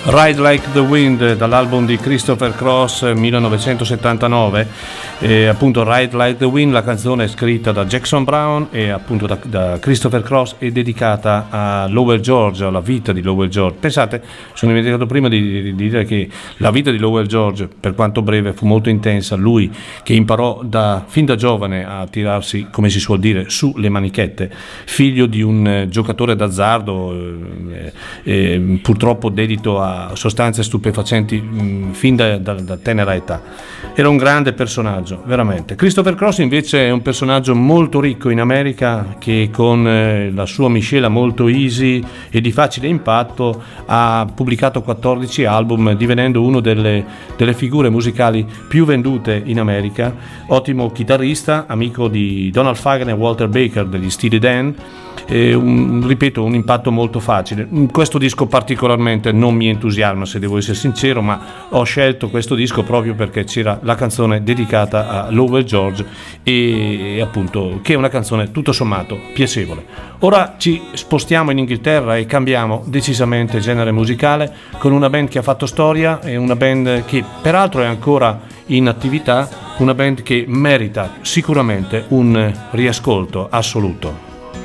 Ride Like the Wind dall'album di Christopher Cross millenovecentosettantanove, e appunto Ride Like the Wind, la canzone è scritta da Jackson Browne e appunto da, da Christopher Cross, è dedicata a Lowell George, alla vita di Lowell George. Pensate, sono dimenticato prima di, di, di dire che la vita di Lowell George, per quanto breve, fu molto intensa. Lui che imparò da, fin da giovane a tirarsi, come si suol dire, su le manichette, figlio di un eh, giocatore d'azzardo, eh, eh, purtroppo dedito a sostanze stupefacenti mh, fin da, da, da tenera età. Era un grande personaggio, veramente. Christopher Cross invece è un personaggio molto ricco in America, che con eh, la sua miscela molto easy e di facile impatto ha pubblicato quattordici album, divenendo uno delle, delle figure musicali più vendute in America. Ottimo chitarrista, amico di Donald Fagen e Walter Baker degli Steely Dan. E un, ripeto, un impatto molto facile. Questo disco particolarmente non mi entusiasma, se devo essere sincero, ma ho scelto questo disco proprio perché c'era la canzone dedicata a Lowell George e, e appunto che è una canzone tutto sommato piacevole. Ora ci spostiamo in Inghilterra e cambiamo decisamente genere musicale con una band che ha fatto storia e una band che peraltro è ancora in attività, una band che merita sicuramente un riascolto assoluto.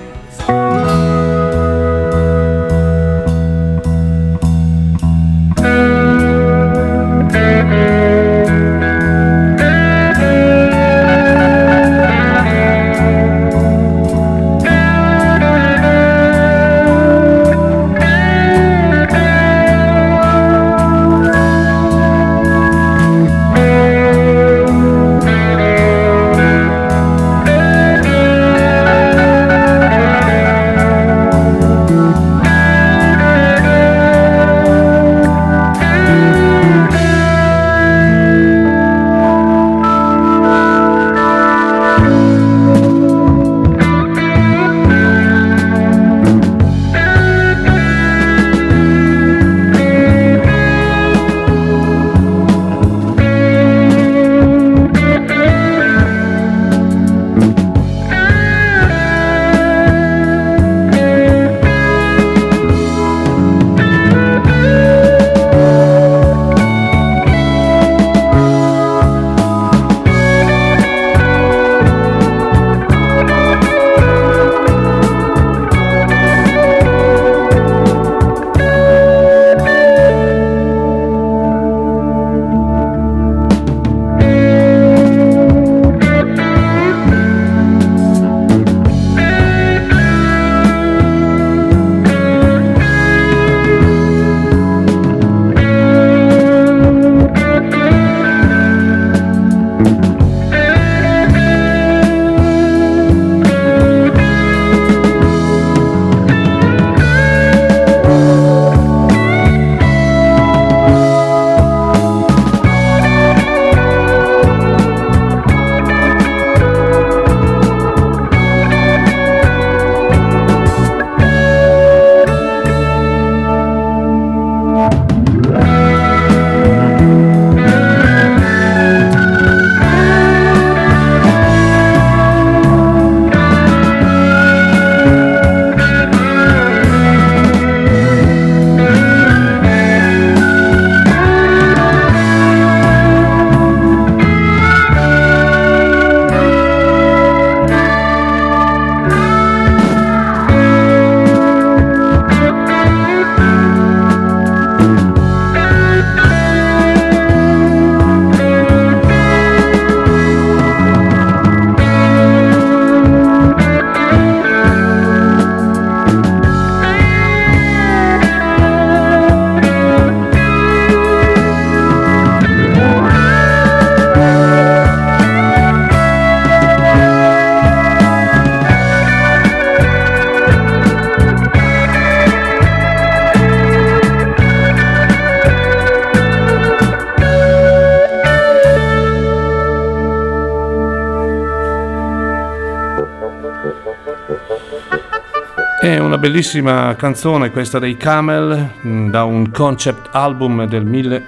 È una bellissima canzone questa dei Camel, da un concept album del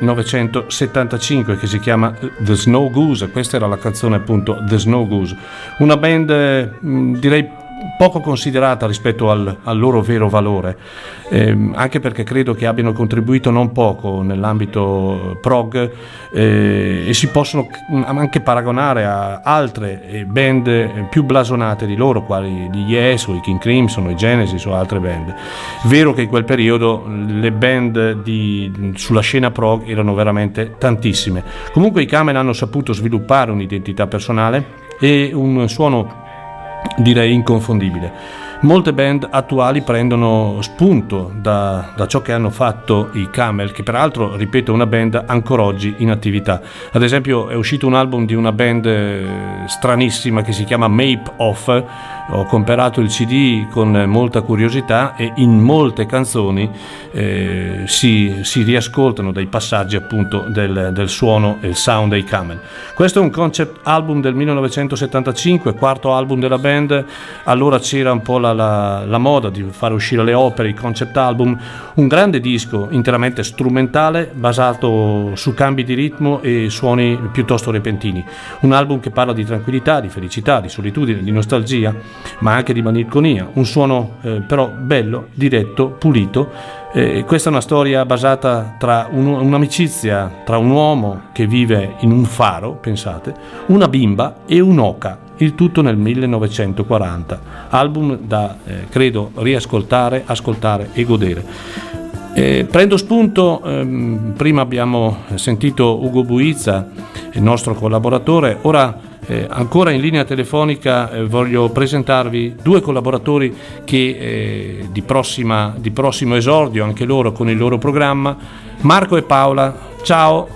millenovecentosettantacinque che si chiama The Snow Goose. Questa era la canzone appunto The Snow Goose, una band direi poco considerata rispetto al, al loro vero valore, eh, anche perché credo che abbiano contribuito non poco nell'ambito prog, eh, e si possono anche paragonare a altre band più blasonate di loro, quali gli Yes o i King Crimson o i Genesis o altre band. Vero che in quel periodo le band di, sulla scena prog erano veramente tantissime. Comunque i Camel hanno saputo sviluppare un'identità personale e un suono, direi, inconfondibile. Molte band attuali prendono spunto da, da ciò che hanno fatto i Camel, che peraltro, ripeto, è una band ancora oggi in attività. Ad esempio è uscito un album di una band eh, stranissima che si chiama Mape Off. Ho comprato il C D con molta curiosità e in molte canzoni eh, si, si riascoltano dei passaggi appunto del, del suono e il sound dei Camel. Questo è un concept album del millenovecentosettantacinque, quarto album della band. Allora c'era un po' la, la, la moda di fare uscire le opere, i concept album, un grande disco interamente strumentale basato su cambi di ritmo e suoni piuttosto repentini, un album che parla di tranquillità, di felicità, di solitudine, di nostalgia, ma anche di malinconia, un suono eh, però bello, diretto, pulito. Eh, questa è una storia basata tra un, un'amicizia tra un uomo che vive in un faro, pensate, una bimba e un'oca, il tutto nel millenovecentoquaranta. Album da, eh, credo, riascoltare, ascoltare e godere. Eh, prendo spunto, ehm, prima abbiamo sentito Ugo Buizza, il nostro collaboratore, ora Eh, ancora in linea telefonica eh, voglio presentarvi due collaboratori che eh, di, prossima, di prossimo esordio, anche loro con il loro programma, Marco e Paola. Ciao.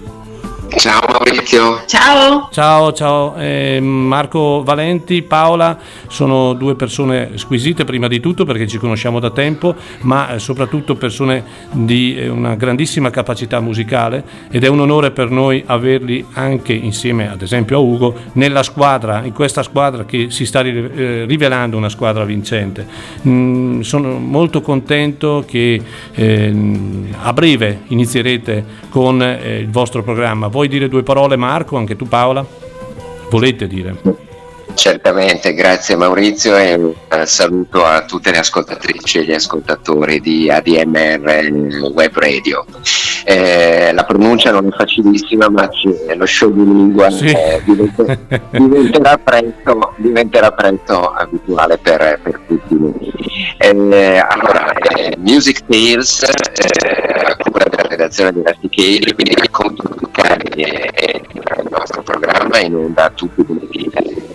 Ciao Maurizio. Ciao. Ciao, ciao. Eh, Marco Valenti, Paola, sono due persone squisite prima di tutto perché ci conosciamo da tempo, ma eh, soprattutto persone di eh, una grandissima capacità musicale, ed è un onore per noi averli anche insieme, ad esempio, a Ugo, nella squadra, in questa squadra che si sta ri- eh, rivelando una squadra vincente. Mm, sono molto contento che eh, a breve inizierete con eh, il vostro programma. Vuoi dire due parole, Marco? Anche tu, Paola? Volete dire? Certamente, grazie Maurizio, e un saluto a tutte le ascoltatrici e gli ascoltatori di A D M R Web Radio. Eh, la pronuncia non è facilissima, ma lo show di lingua sì. eh, diventer, diventerà, presto, diventerà presto abituale per, per tutti noi. Eh, allora, eh, Music Tales, eh, a cura della redazione di Rusty Cage, quindi racconto musicali e, e il nostro programma in onda tutti i lunedì.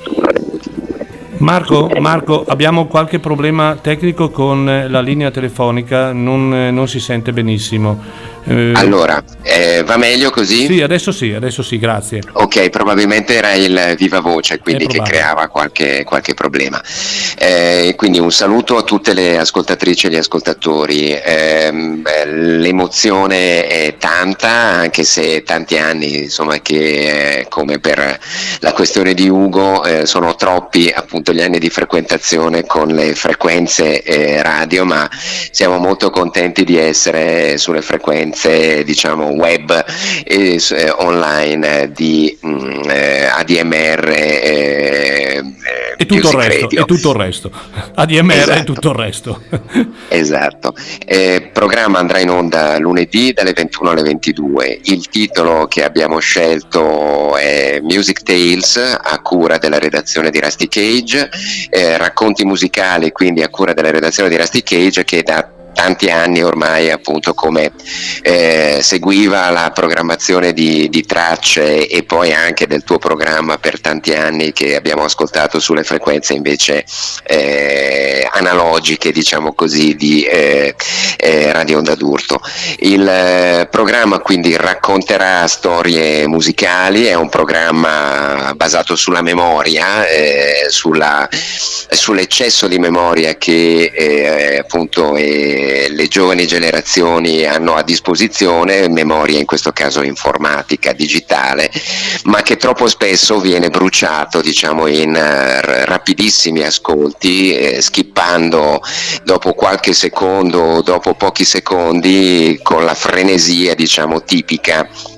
Marco, Marco, abbiamo qualche problema tecnico con la linea telefonica, non, non si sente benissimo. Eh, allora, eh, va meglio così? Sì, adesso sì, adesso sì, grazie. Ok, probabilmente era il viva voce, quindi che creava qualche, qualche problema. Eh, quindi un saluto a tutte le ascoltatrici e gli ascoltatori. Eh, l'emozione è tanta, anche se tanti anni, insomma, che eh, come per la questione di Ugo eh, sono troppi appunto gli anni di frequentazione con le frequenze eh, radio, ma siamo molto contenti di essere sulle frequenze, diciamo, web e eh, online di mh, eh, A D M R eh, e tutto il resto, e tutto il resto. A D M R esatto. E tutto il resto. Esatto. Eh, programma andrà in onda lunedì dalle ventuno alle ventidue. Il titolo che abbiamo scelto è Music Tales, a cura della redazione di Rusty Cage, eh, racconti musicali quindi a cura della redazione di Rusty Cage, che da tanti anni ormai appunto come eh, seguiva la programmazione di, di tracce e poi anche del tuo programma per tanti anni, che abbiamo ascoltato sulle frequenze invece eh, analogiche, diciamo così, di eh, eh, Radio Onda d'Urto. Il eh, programma quindi racconterà storie musicali, è un programma basato sulla memoria, eh, sulla, sull'eccesso di memoria che eh, appunto è le giovani generazioni hanno a disposizione, memoria in questo caso informatica, digitale, ma che troppo spesso viene bruciato, diciamo, in uh, rapidissimi ascolti, eh, skippando dopo qualche secondo, dopo pochi secondi, con la frenesia, diciamo, tipica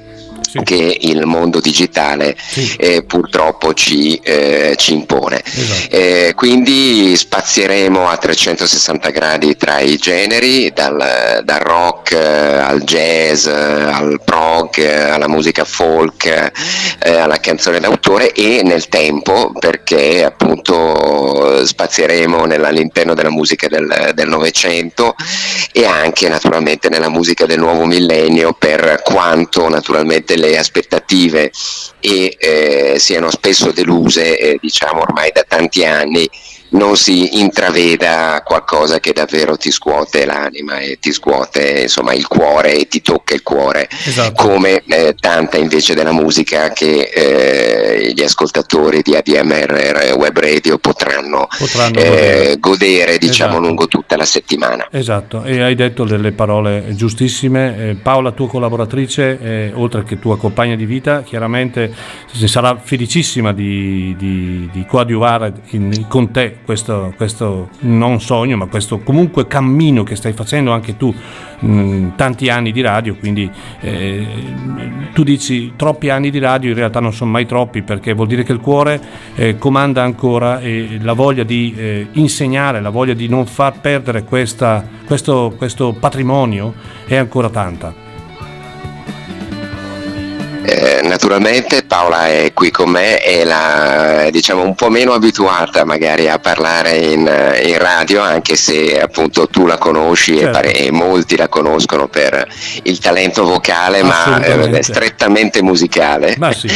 sì. che il mondo digitale sì. eh, purtroppo ci, eh, ci impone. Esatto. Eh, quindi spazieremo a trecentosessanta gradi tra i generi, dal, dal rock eh, al jazz, eh, al prog, eh, alla musica folk, eh, alla canzone d'autore, e nel tempo, perché appunto spazieremo nella, all'interno della musica del, del Novecento e anche naturalmente nella musica del nuovo millennio, per quanto naturalmente le aspettative e eh, siano spesso deluse, eh, diciamo ormai da tanti anni, non si intraveda qualcosa che davvero ti scuote l'anima e ti scuote insomma il cuore e ti tocca il cuore, esatto. come eh, tanta invece della musica che eh, gli ascoltatori di A D M R Web Radio potranno, potranno eh, godere. godere diciamo Esatto. lungo tutta la settimana. Esatto, e hai detto delle parole giustissime. eh, Paola, tua collaboratrice, eh, oltre che tua compagna di vita, chiaramente sarà felicissima di, di, di coadiuvare in, con te questo, questo non sogno, ma questo comunque cammino che stai facendo anche tu, mh, tanti anni di radio. Quindi eh, tu dici troppi anni di radio, in realtà non sono mai troppi, perché vuol dire che il cuore eh, comanda ancora, e la voglia di eh, insegnare, la voglia di non far perdere questa, questo, questo patrimonio è ancora tanta. Eh, naturalmente Paola è qui con me, è la, diciamo un po' meno abituata magari a parlare in, in radio, anche se appunto tu la conosci, certo. e, pare, e molti la conoscono per il talento vocale, ma eh, strettamente musicale. Ma sì.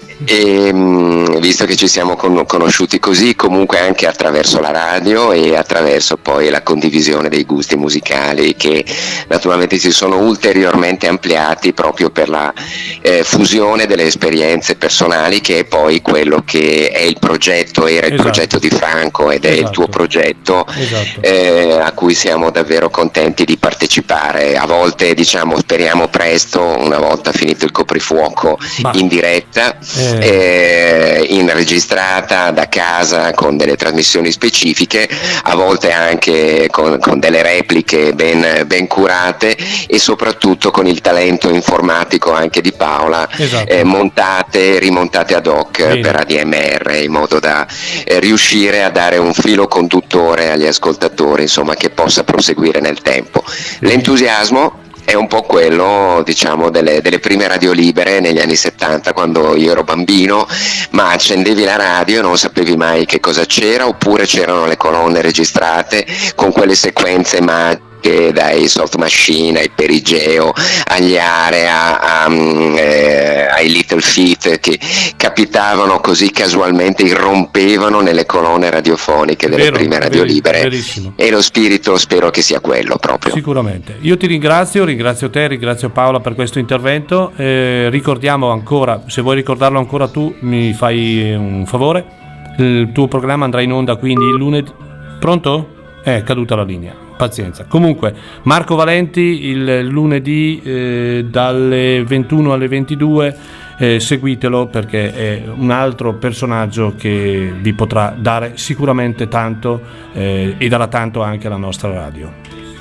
E mh, visto che ci siamo con- conosciuti così, comunque anche attraverso la radio e attraverso poi la condivisione dei gusti musicali, che naturalmente si sono ulteriormente ampliati proprio per la eh, fusione delle esperienze personali, che è poi quello che è il progetto, era il esatto. progetto di Franco ed è esatto. il tuo progetto, esatto. eh, a cui siamo davvero contenti di partecipare. A volte diciamo speriamo presto, una volta finito il coprifuoco, Ma. in diretta, Eh. Eh, in registrata da casa con delle trasmissioni specifiche, a volte anche con, con delle repliche ben, ben curate, e soprattutto con il talento informatico anche di Paola, esatto. eh, montate, rimontate ad hoc Bene. per A D M R, in modo da eh, riuscire a dare un filo conduttore agli ascoltatori, insomma, che possa proseguire nel tempo. L'entusiasmo è un po' quello, diciamo, delle, delle prime radio libere negli anni settanta, quando io ero bambino, ma accendevi la radio e non sapevi mai che cosa c'era, oppure c'erano le colonne registrate con quelle sequenze magiche, dai Soft Machine ai Perigeo, agli Area, a, a, eh, ai Little Feat, che capitavano così casualmente, irrompevano nelle colonne radiofoniche delle Vero, prime radio veri, libere, verissimo. e lo spirito spero che sia quello proprio. Sicuramente. Io ti ringrazio, ringrazio te, ringrazio Paola per questo intervento. Eh, ricordiamo ancora, se vuoi ricordarlo ancora tu, mi fai un favore. Il tuo programma andrà in onda quindi il lunedì. Pronto? È caduta la linea. Pazienza. Comunque, Marco Valenti il lunedì eh, dalle ventuno alle ventidue, eh, seguitelo, perché è un altro personaggio che vi potrà dare sicuramente tanto, eh, e darà tanto anche alla nostra radio.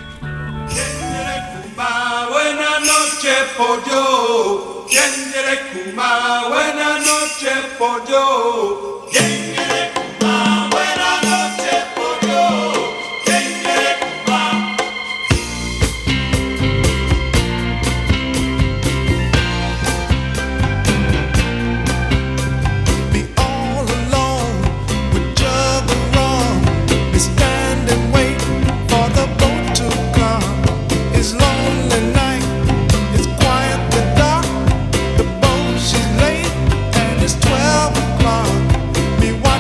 Buenas noches, pollo. Buenas noches, pollo. Twelve o'clock, me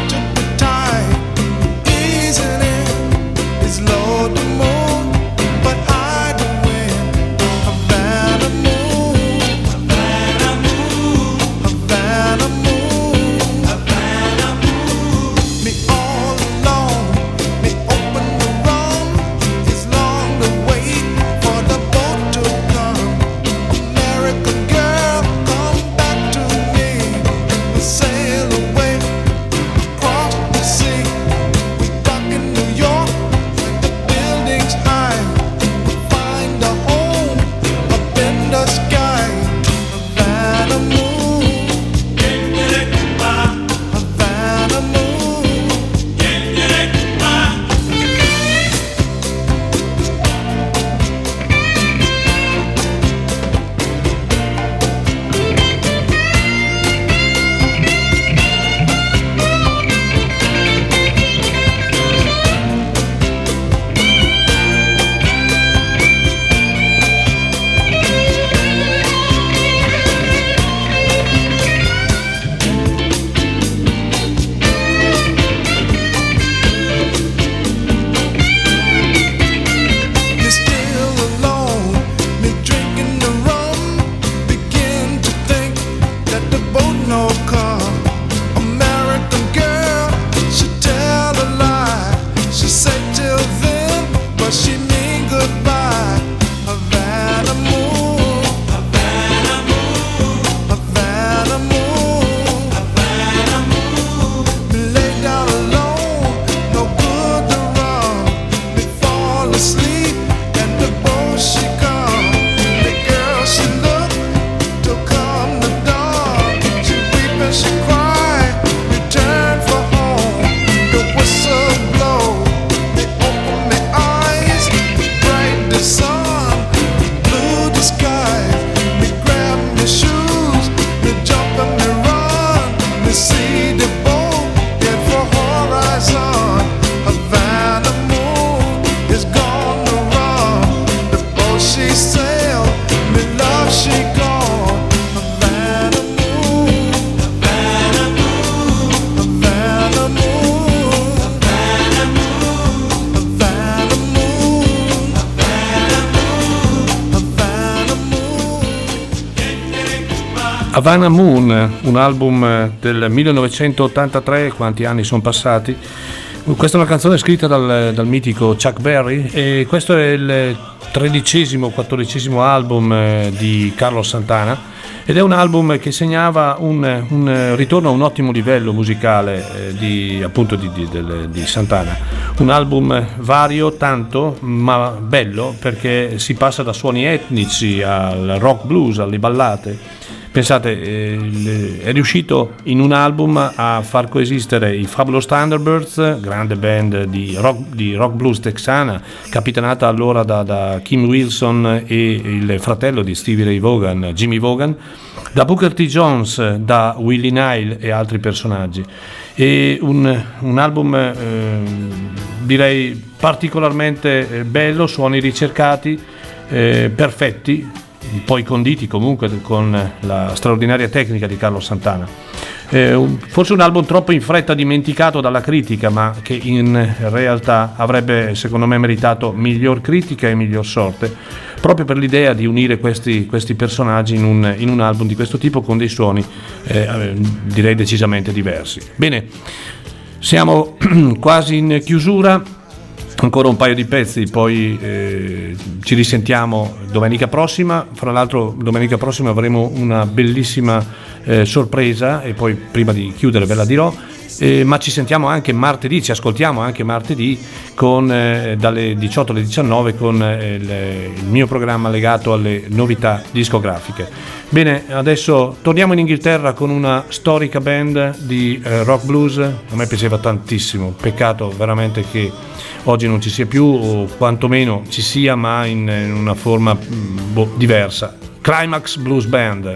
Havana Moon, un album del millenovecentottantatré, quanti anni sono passati. Questa è una canzone scritta dal, dal mitico Chuck Berry e questo è il tredicesimo, quattordicesimo album di Carlos Santana ed è un album che segnava un, un ritorno a un ottimo livello musicale di, appunto di, di, di, di Santana. Un album vario tanto ma bello perché si passa da suoni etnici al rock blues, alle ballate. Pensate, eh, è riuscito in un album a far coesistere i Fabulous Thunderbirds, grande band di rock, di rock blues texana, capitanata allora da, da Kim Wilson e il fratello di Stevie Ray Vaughan, Jimmy Vaughan, da Booker T. Jones, da Willie Nile e altri personaggi. E un, un album eh, direi particolarmente bello, suoni ricercati, eh, perfetti, poi conditi comunque con la straordinaria tecnica di Carlos Santana. Eh, un, forse un album troppo in fretta dimenticato dalla critica, ma che in realtà avrebbe secondo me meritato miglior critica e miglior sorte, proprio per l'idea di unire questi, questi personaggi in un, in un album di questo tipo con dei suoni eh, direi decisamente diversi. Bene, siamo quasi in chiusura. Ancora un paio di pezzi, poi eh, ci risentiamo domenica prossima. Fra l'altro domenica prossima avremo una bellissima eh, sorpresa e poi prima di chiudere ve la dirò. Eh, ma ci sentiamo anche martedì, ci ascoltiamo anche martedì con, eh, dalle diciotto alle diciannove con eh, il, il mio programma legato alle novità discografiche. Bene, adesso torniamo in Inghilterra con una storica band di eh, rock blues. A me piaceva tantissimo, peccato veramente che oggi non ci sia più, o quantomeno ci sia ma in, in una forma boh, diversa. Climax Blues Band.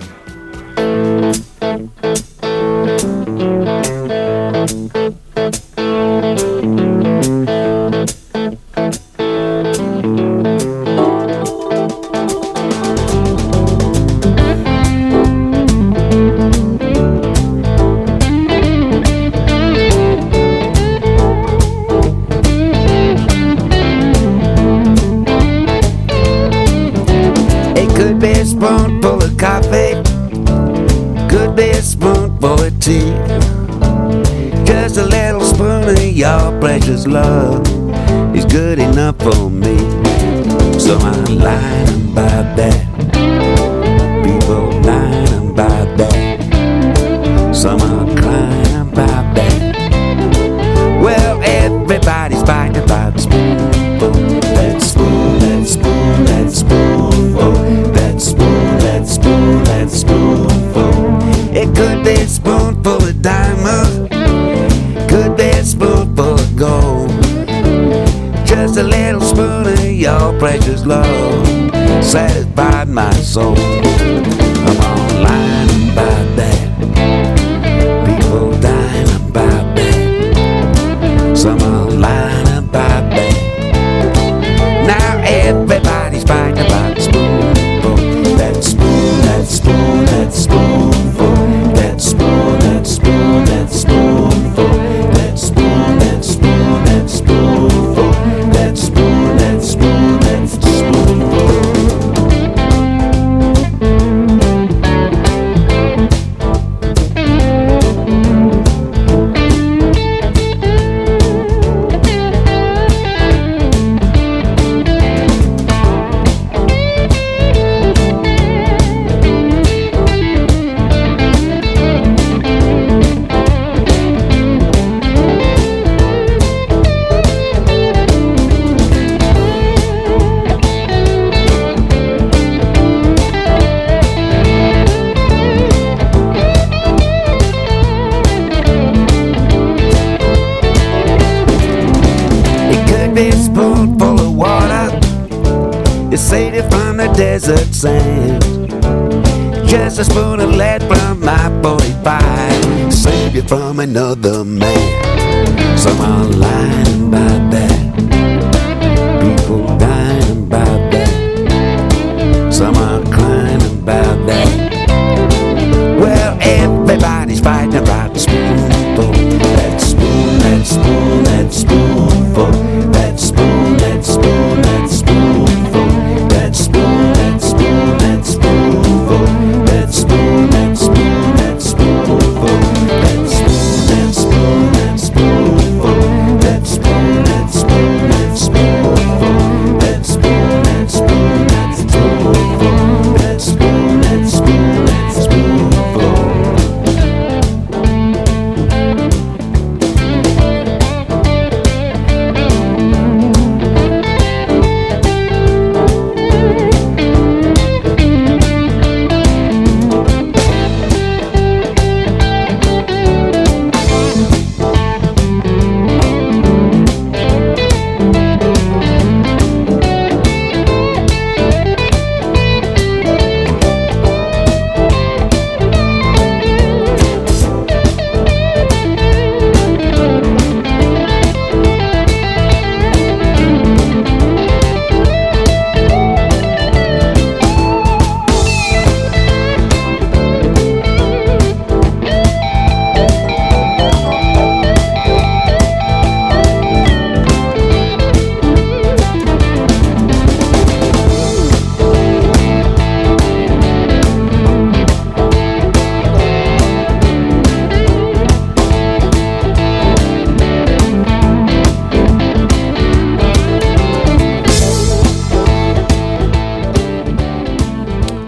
Just a little spoon of your precious love is good enough for me. So I'm lying about that. People lying about that. Some are crying about that. Well, everybody's fighting about the spoonful. That spoon, that spoon, that spoonful. That spoon, that spoon, that spoonful. It could be a spoonful of diamonds, could be a spoonful of gold. Just a little spoon of your precious love satisfied my soul. I'm online about that. People dying about that. Some are lying about that. Now everybody's fighting about the spoonful. That spoon, that spoon, that spoonful. That spoon, that spoon, that spoonful. That spoon, that spoon, that spoonful. That spoon, that spoon, that spoonful. Desert sand. Just a spoon of lead from my forty-five. Save you from another man. Some are lying about that. People dying about that. Some are crying about that. Well, everybody's fighting about the spoonful. That spoon, that spoon, that spoonful. That spoon, that spoon, that spoonful. That spoon, that spoon, that spoonful. That spoon, that spoon.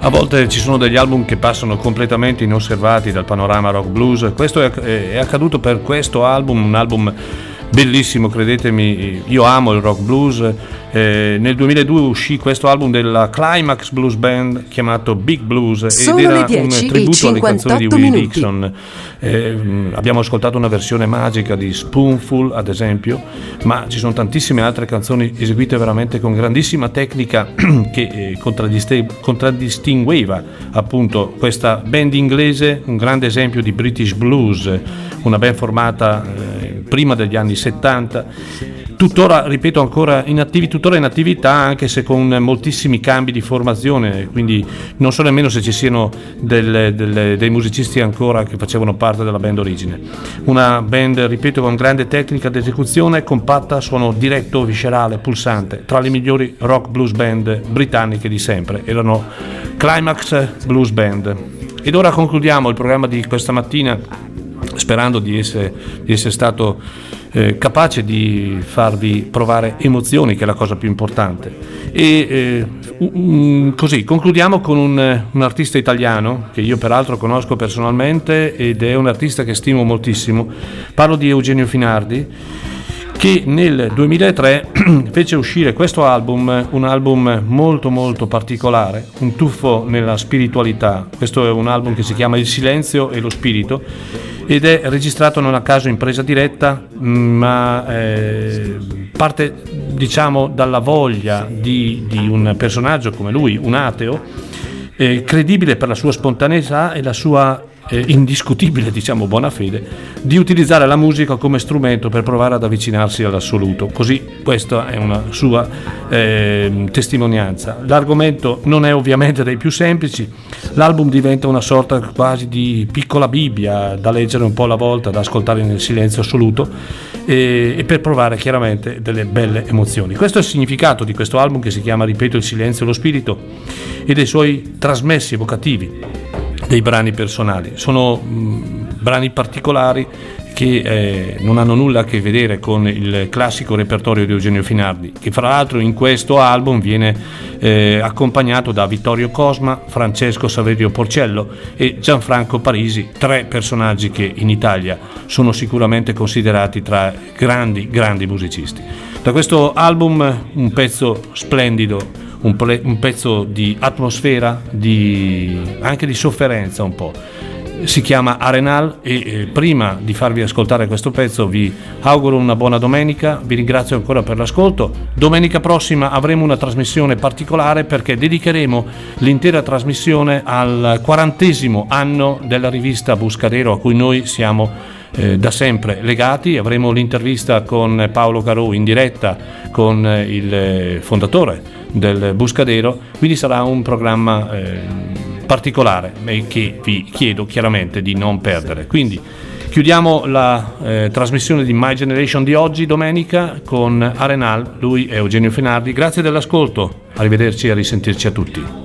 A volte ci sono degli album che passano completamente inosservati dal panorama rock blues. Questo è, è accaduto per questo album, un album bellissimo, credetemi, io amo il rock blues. Eh, nel duemiladue uscì questo album della Climax Blues Band chiamato Big Blues. Sono ed era le dieci un tributo alle canzoni di Willie minuti. Dixon. Eh, abbiamo ascoltato una versione magica di Spoonful, ad esempio, ma ci sono tantissime altre canzoni eseguite veramente con grandissima tecnica che eh, contraddiste- contraddistingueva appunto questa band inglese, un grande esempio di British blues, una band formata eh, prima degli anni settanta, tuttora, ripeto ancora, in attivi, tuttora in attività, anche se con moltissimi cambi di formazione, quindi non so nemmeno se ci siano delle, delle, dei musicisti ancora che facevano parte della band origine. Una band, ripeto, con grande tecnica d'esecuzione, compatta, suono diretto, viscerale, pulsante, tra le migliori rock blues band britanniche di sempre. Erano Climax Blues Band. Ed ora concludiamo il programma di questa mattina sperando di essere, di essere stato eh, capace di farvi provare emozioni, che è la cosa più importante. E eh, um, così concludiamo con un, un artista italiano che io peraltro conosco personalmente ed è un artista che stimo moltissimo. Parlo di Eugenio Finardi, che nel duemilatré fece uscire questo album, un album molto molto particolare, un tuffo nella spiritualità. Questo è un album che si chiama Il silenzio e lo spirito ed è registrato non a caso in presa diretta, ma eh, parte, diciamo, dalla voglia di, di un personaggio come lui, un ateo, eh, credibile per la sua spontaneità e la sua Eh, indiscutibile, diciamo, buona fede, di utilizzare la musica come strumento per provare ad avvicinarsi all'assoluto. Così questa è una sua eh, testimonianza. L'argomento non è ovviamente dei più semplici, l'album diventa una sorta quasi di piccola Bibbia da leggere un po' alla volta, da ascoltare nel silenzio assoluto e, e per provare chiaramente delle belle emozioni. Questo è il significato di questo album, che si chiama, ripeto, Il silenzio e lo spirito, e dei suoi trasmessi evocativi, dei brani personali. Sono mh, brani particolari che eh, non hanno nulla a che vedere con il classico repertorio di Eugenio Finardi, che fra l'altro in questo album viene eh, accompagnato da Vittorio Cosma, Francesco Saverio Porcello e Gianfranco Parisi, tre personaggi che in Italia sono sicuramente considerati tra grandi, grandi musicisti. Da questo album un pezzo splendido, Un, ple- un pezzo di atmosfera, di, anche di sofferenza un po'. Si chiama Arenal e eh, prima di farvi ascoltare questo pezzo vi auguro una buona domenica, vi ringrazio ancora per l'ascolto. Domenica prossima avremo una trasmissione particolare perché dedicheremo l'intera trasmissione al quarantesimo anno della rivista Buscadero, a cui noi siamo eh, da sempre legati. Avremo l'intervista con Paolo Garò in diretta con eh, il fondatore del Buscadero, quindi sarà un programma eh, particolare e che vi chiedo chiaramente di non perdere. Quindi chiudiamo la eh, trasmissione di My Generation di oggi, domenica, con Arenal. Lui è Eugenio Finardi. Grazie dell'ascolto, arrivederci e a risentirci a tutti.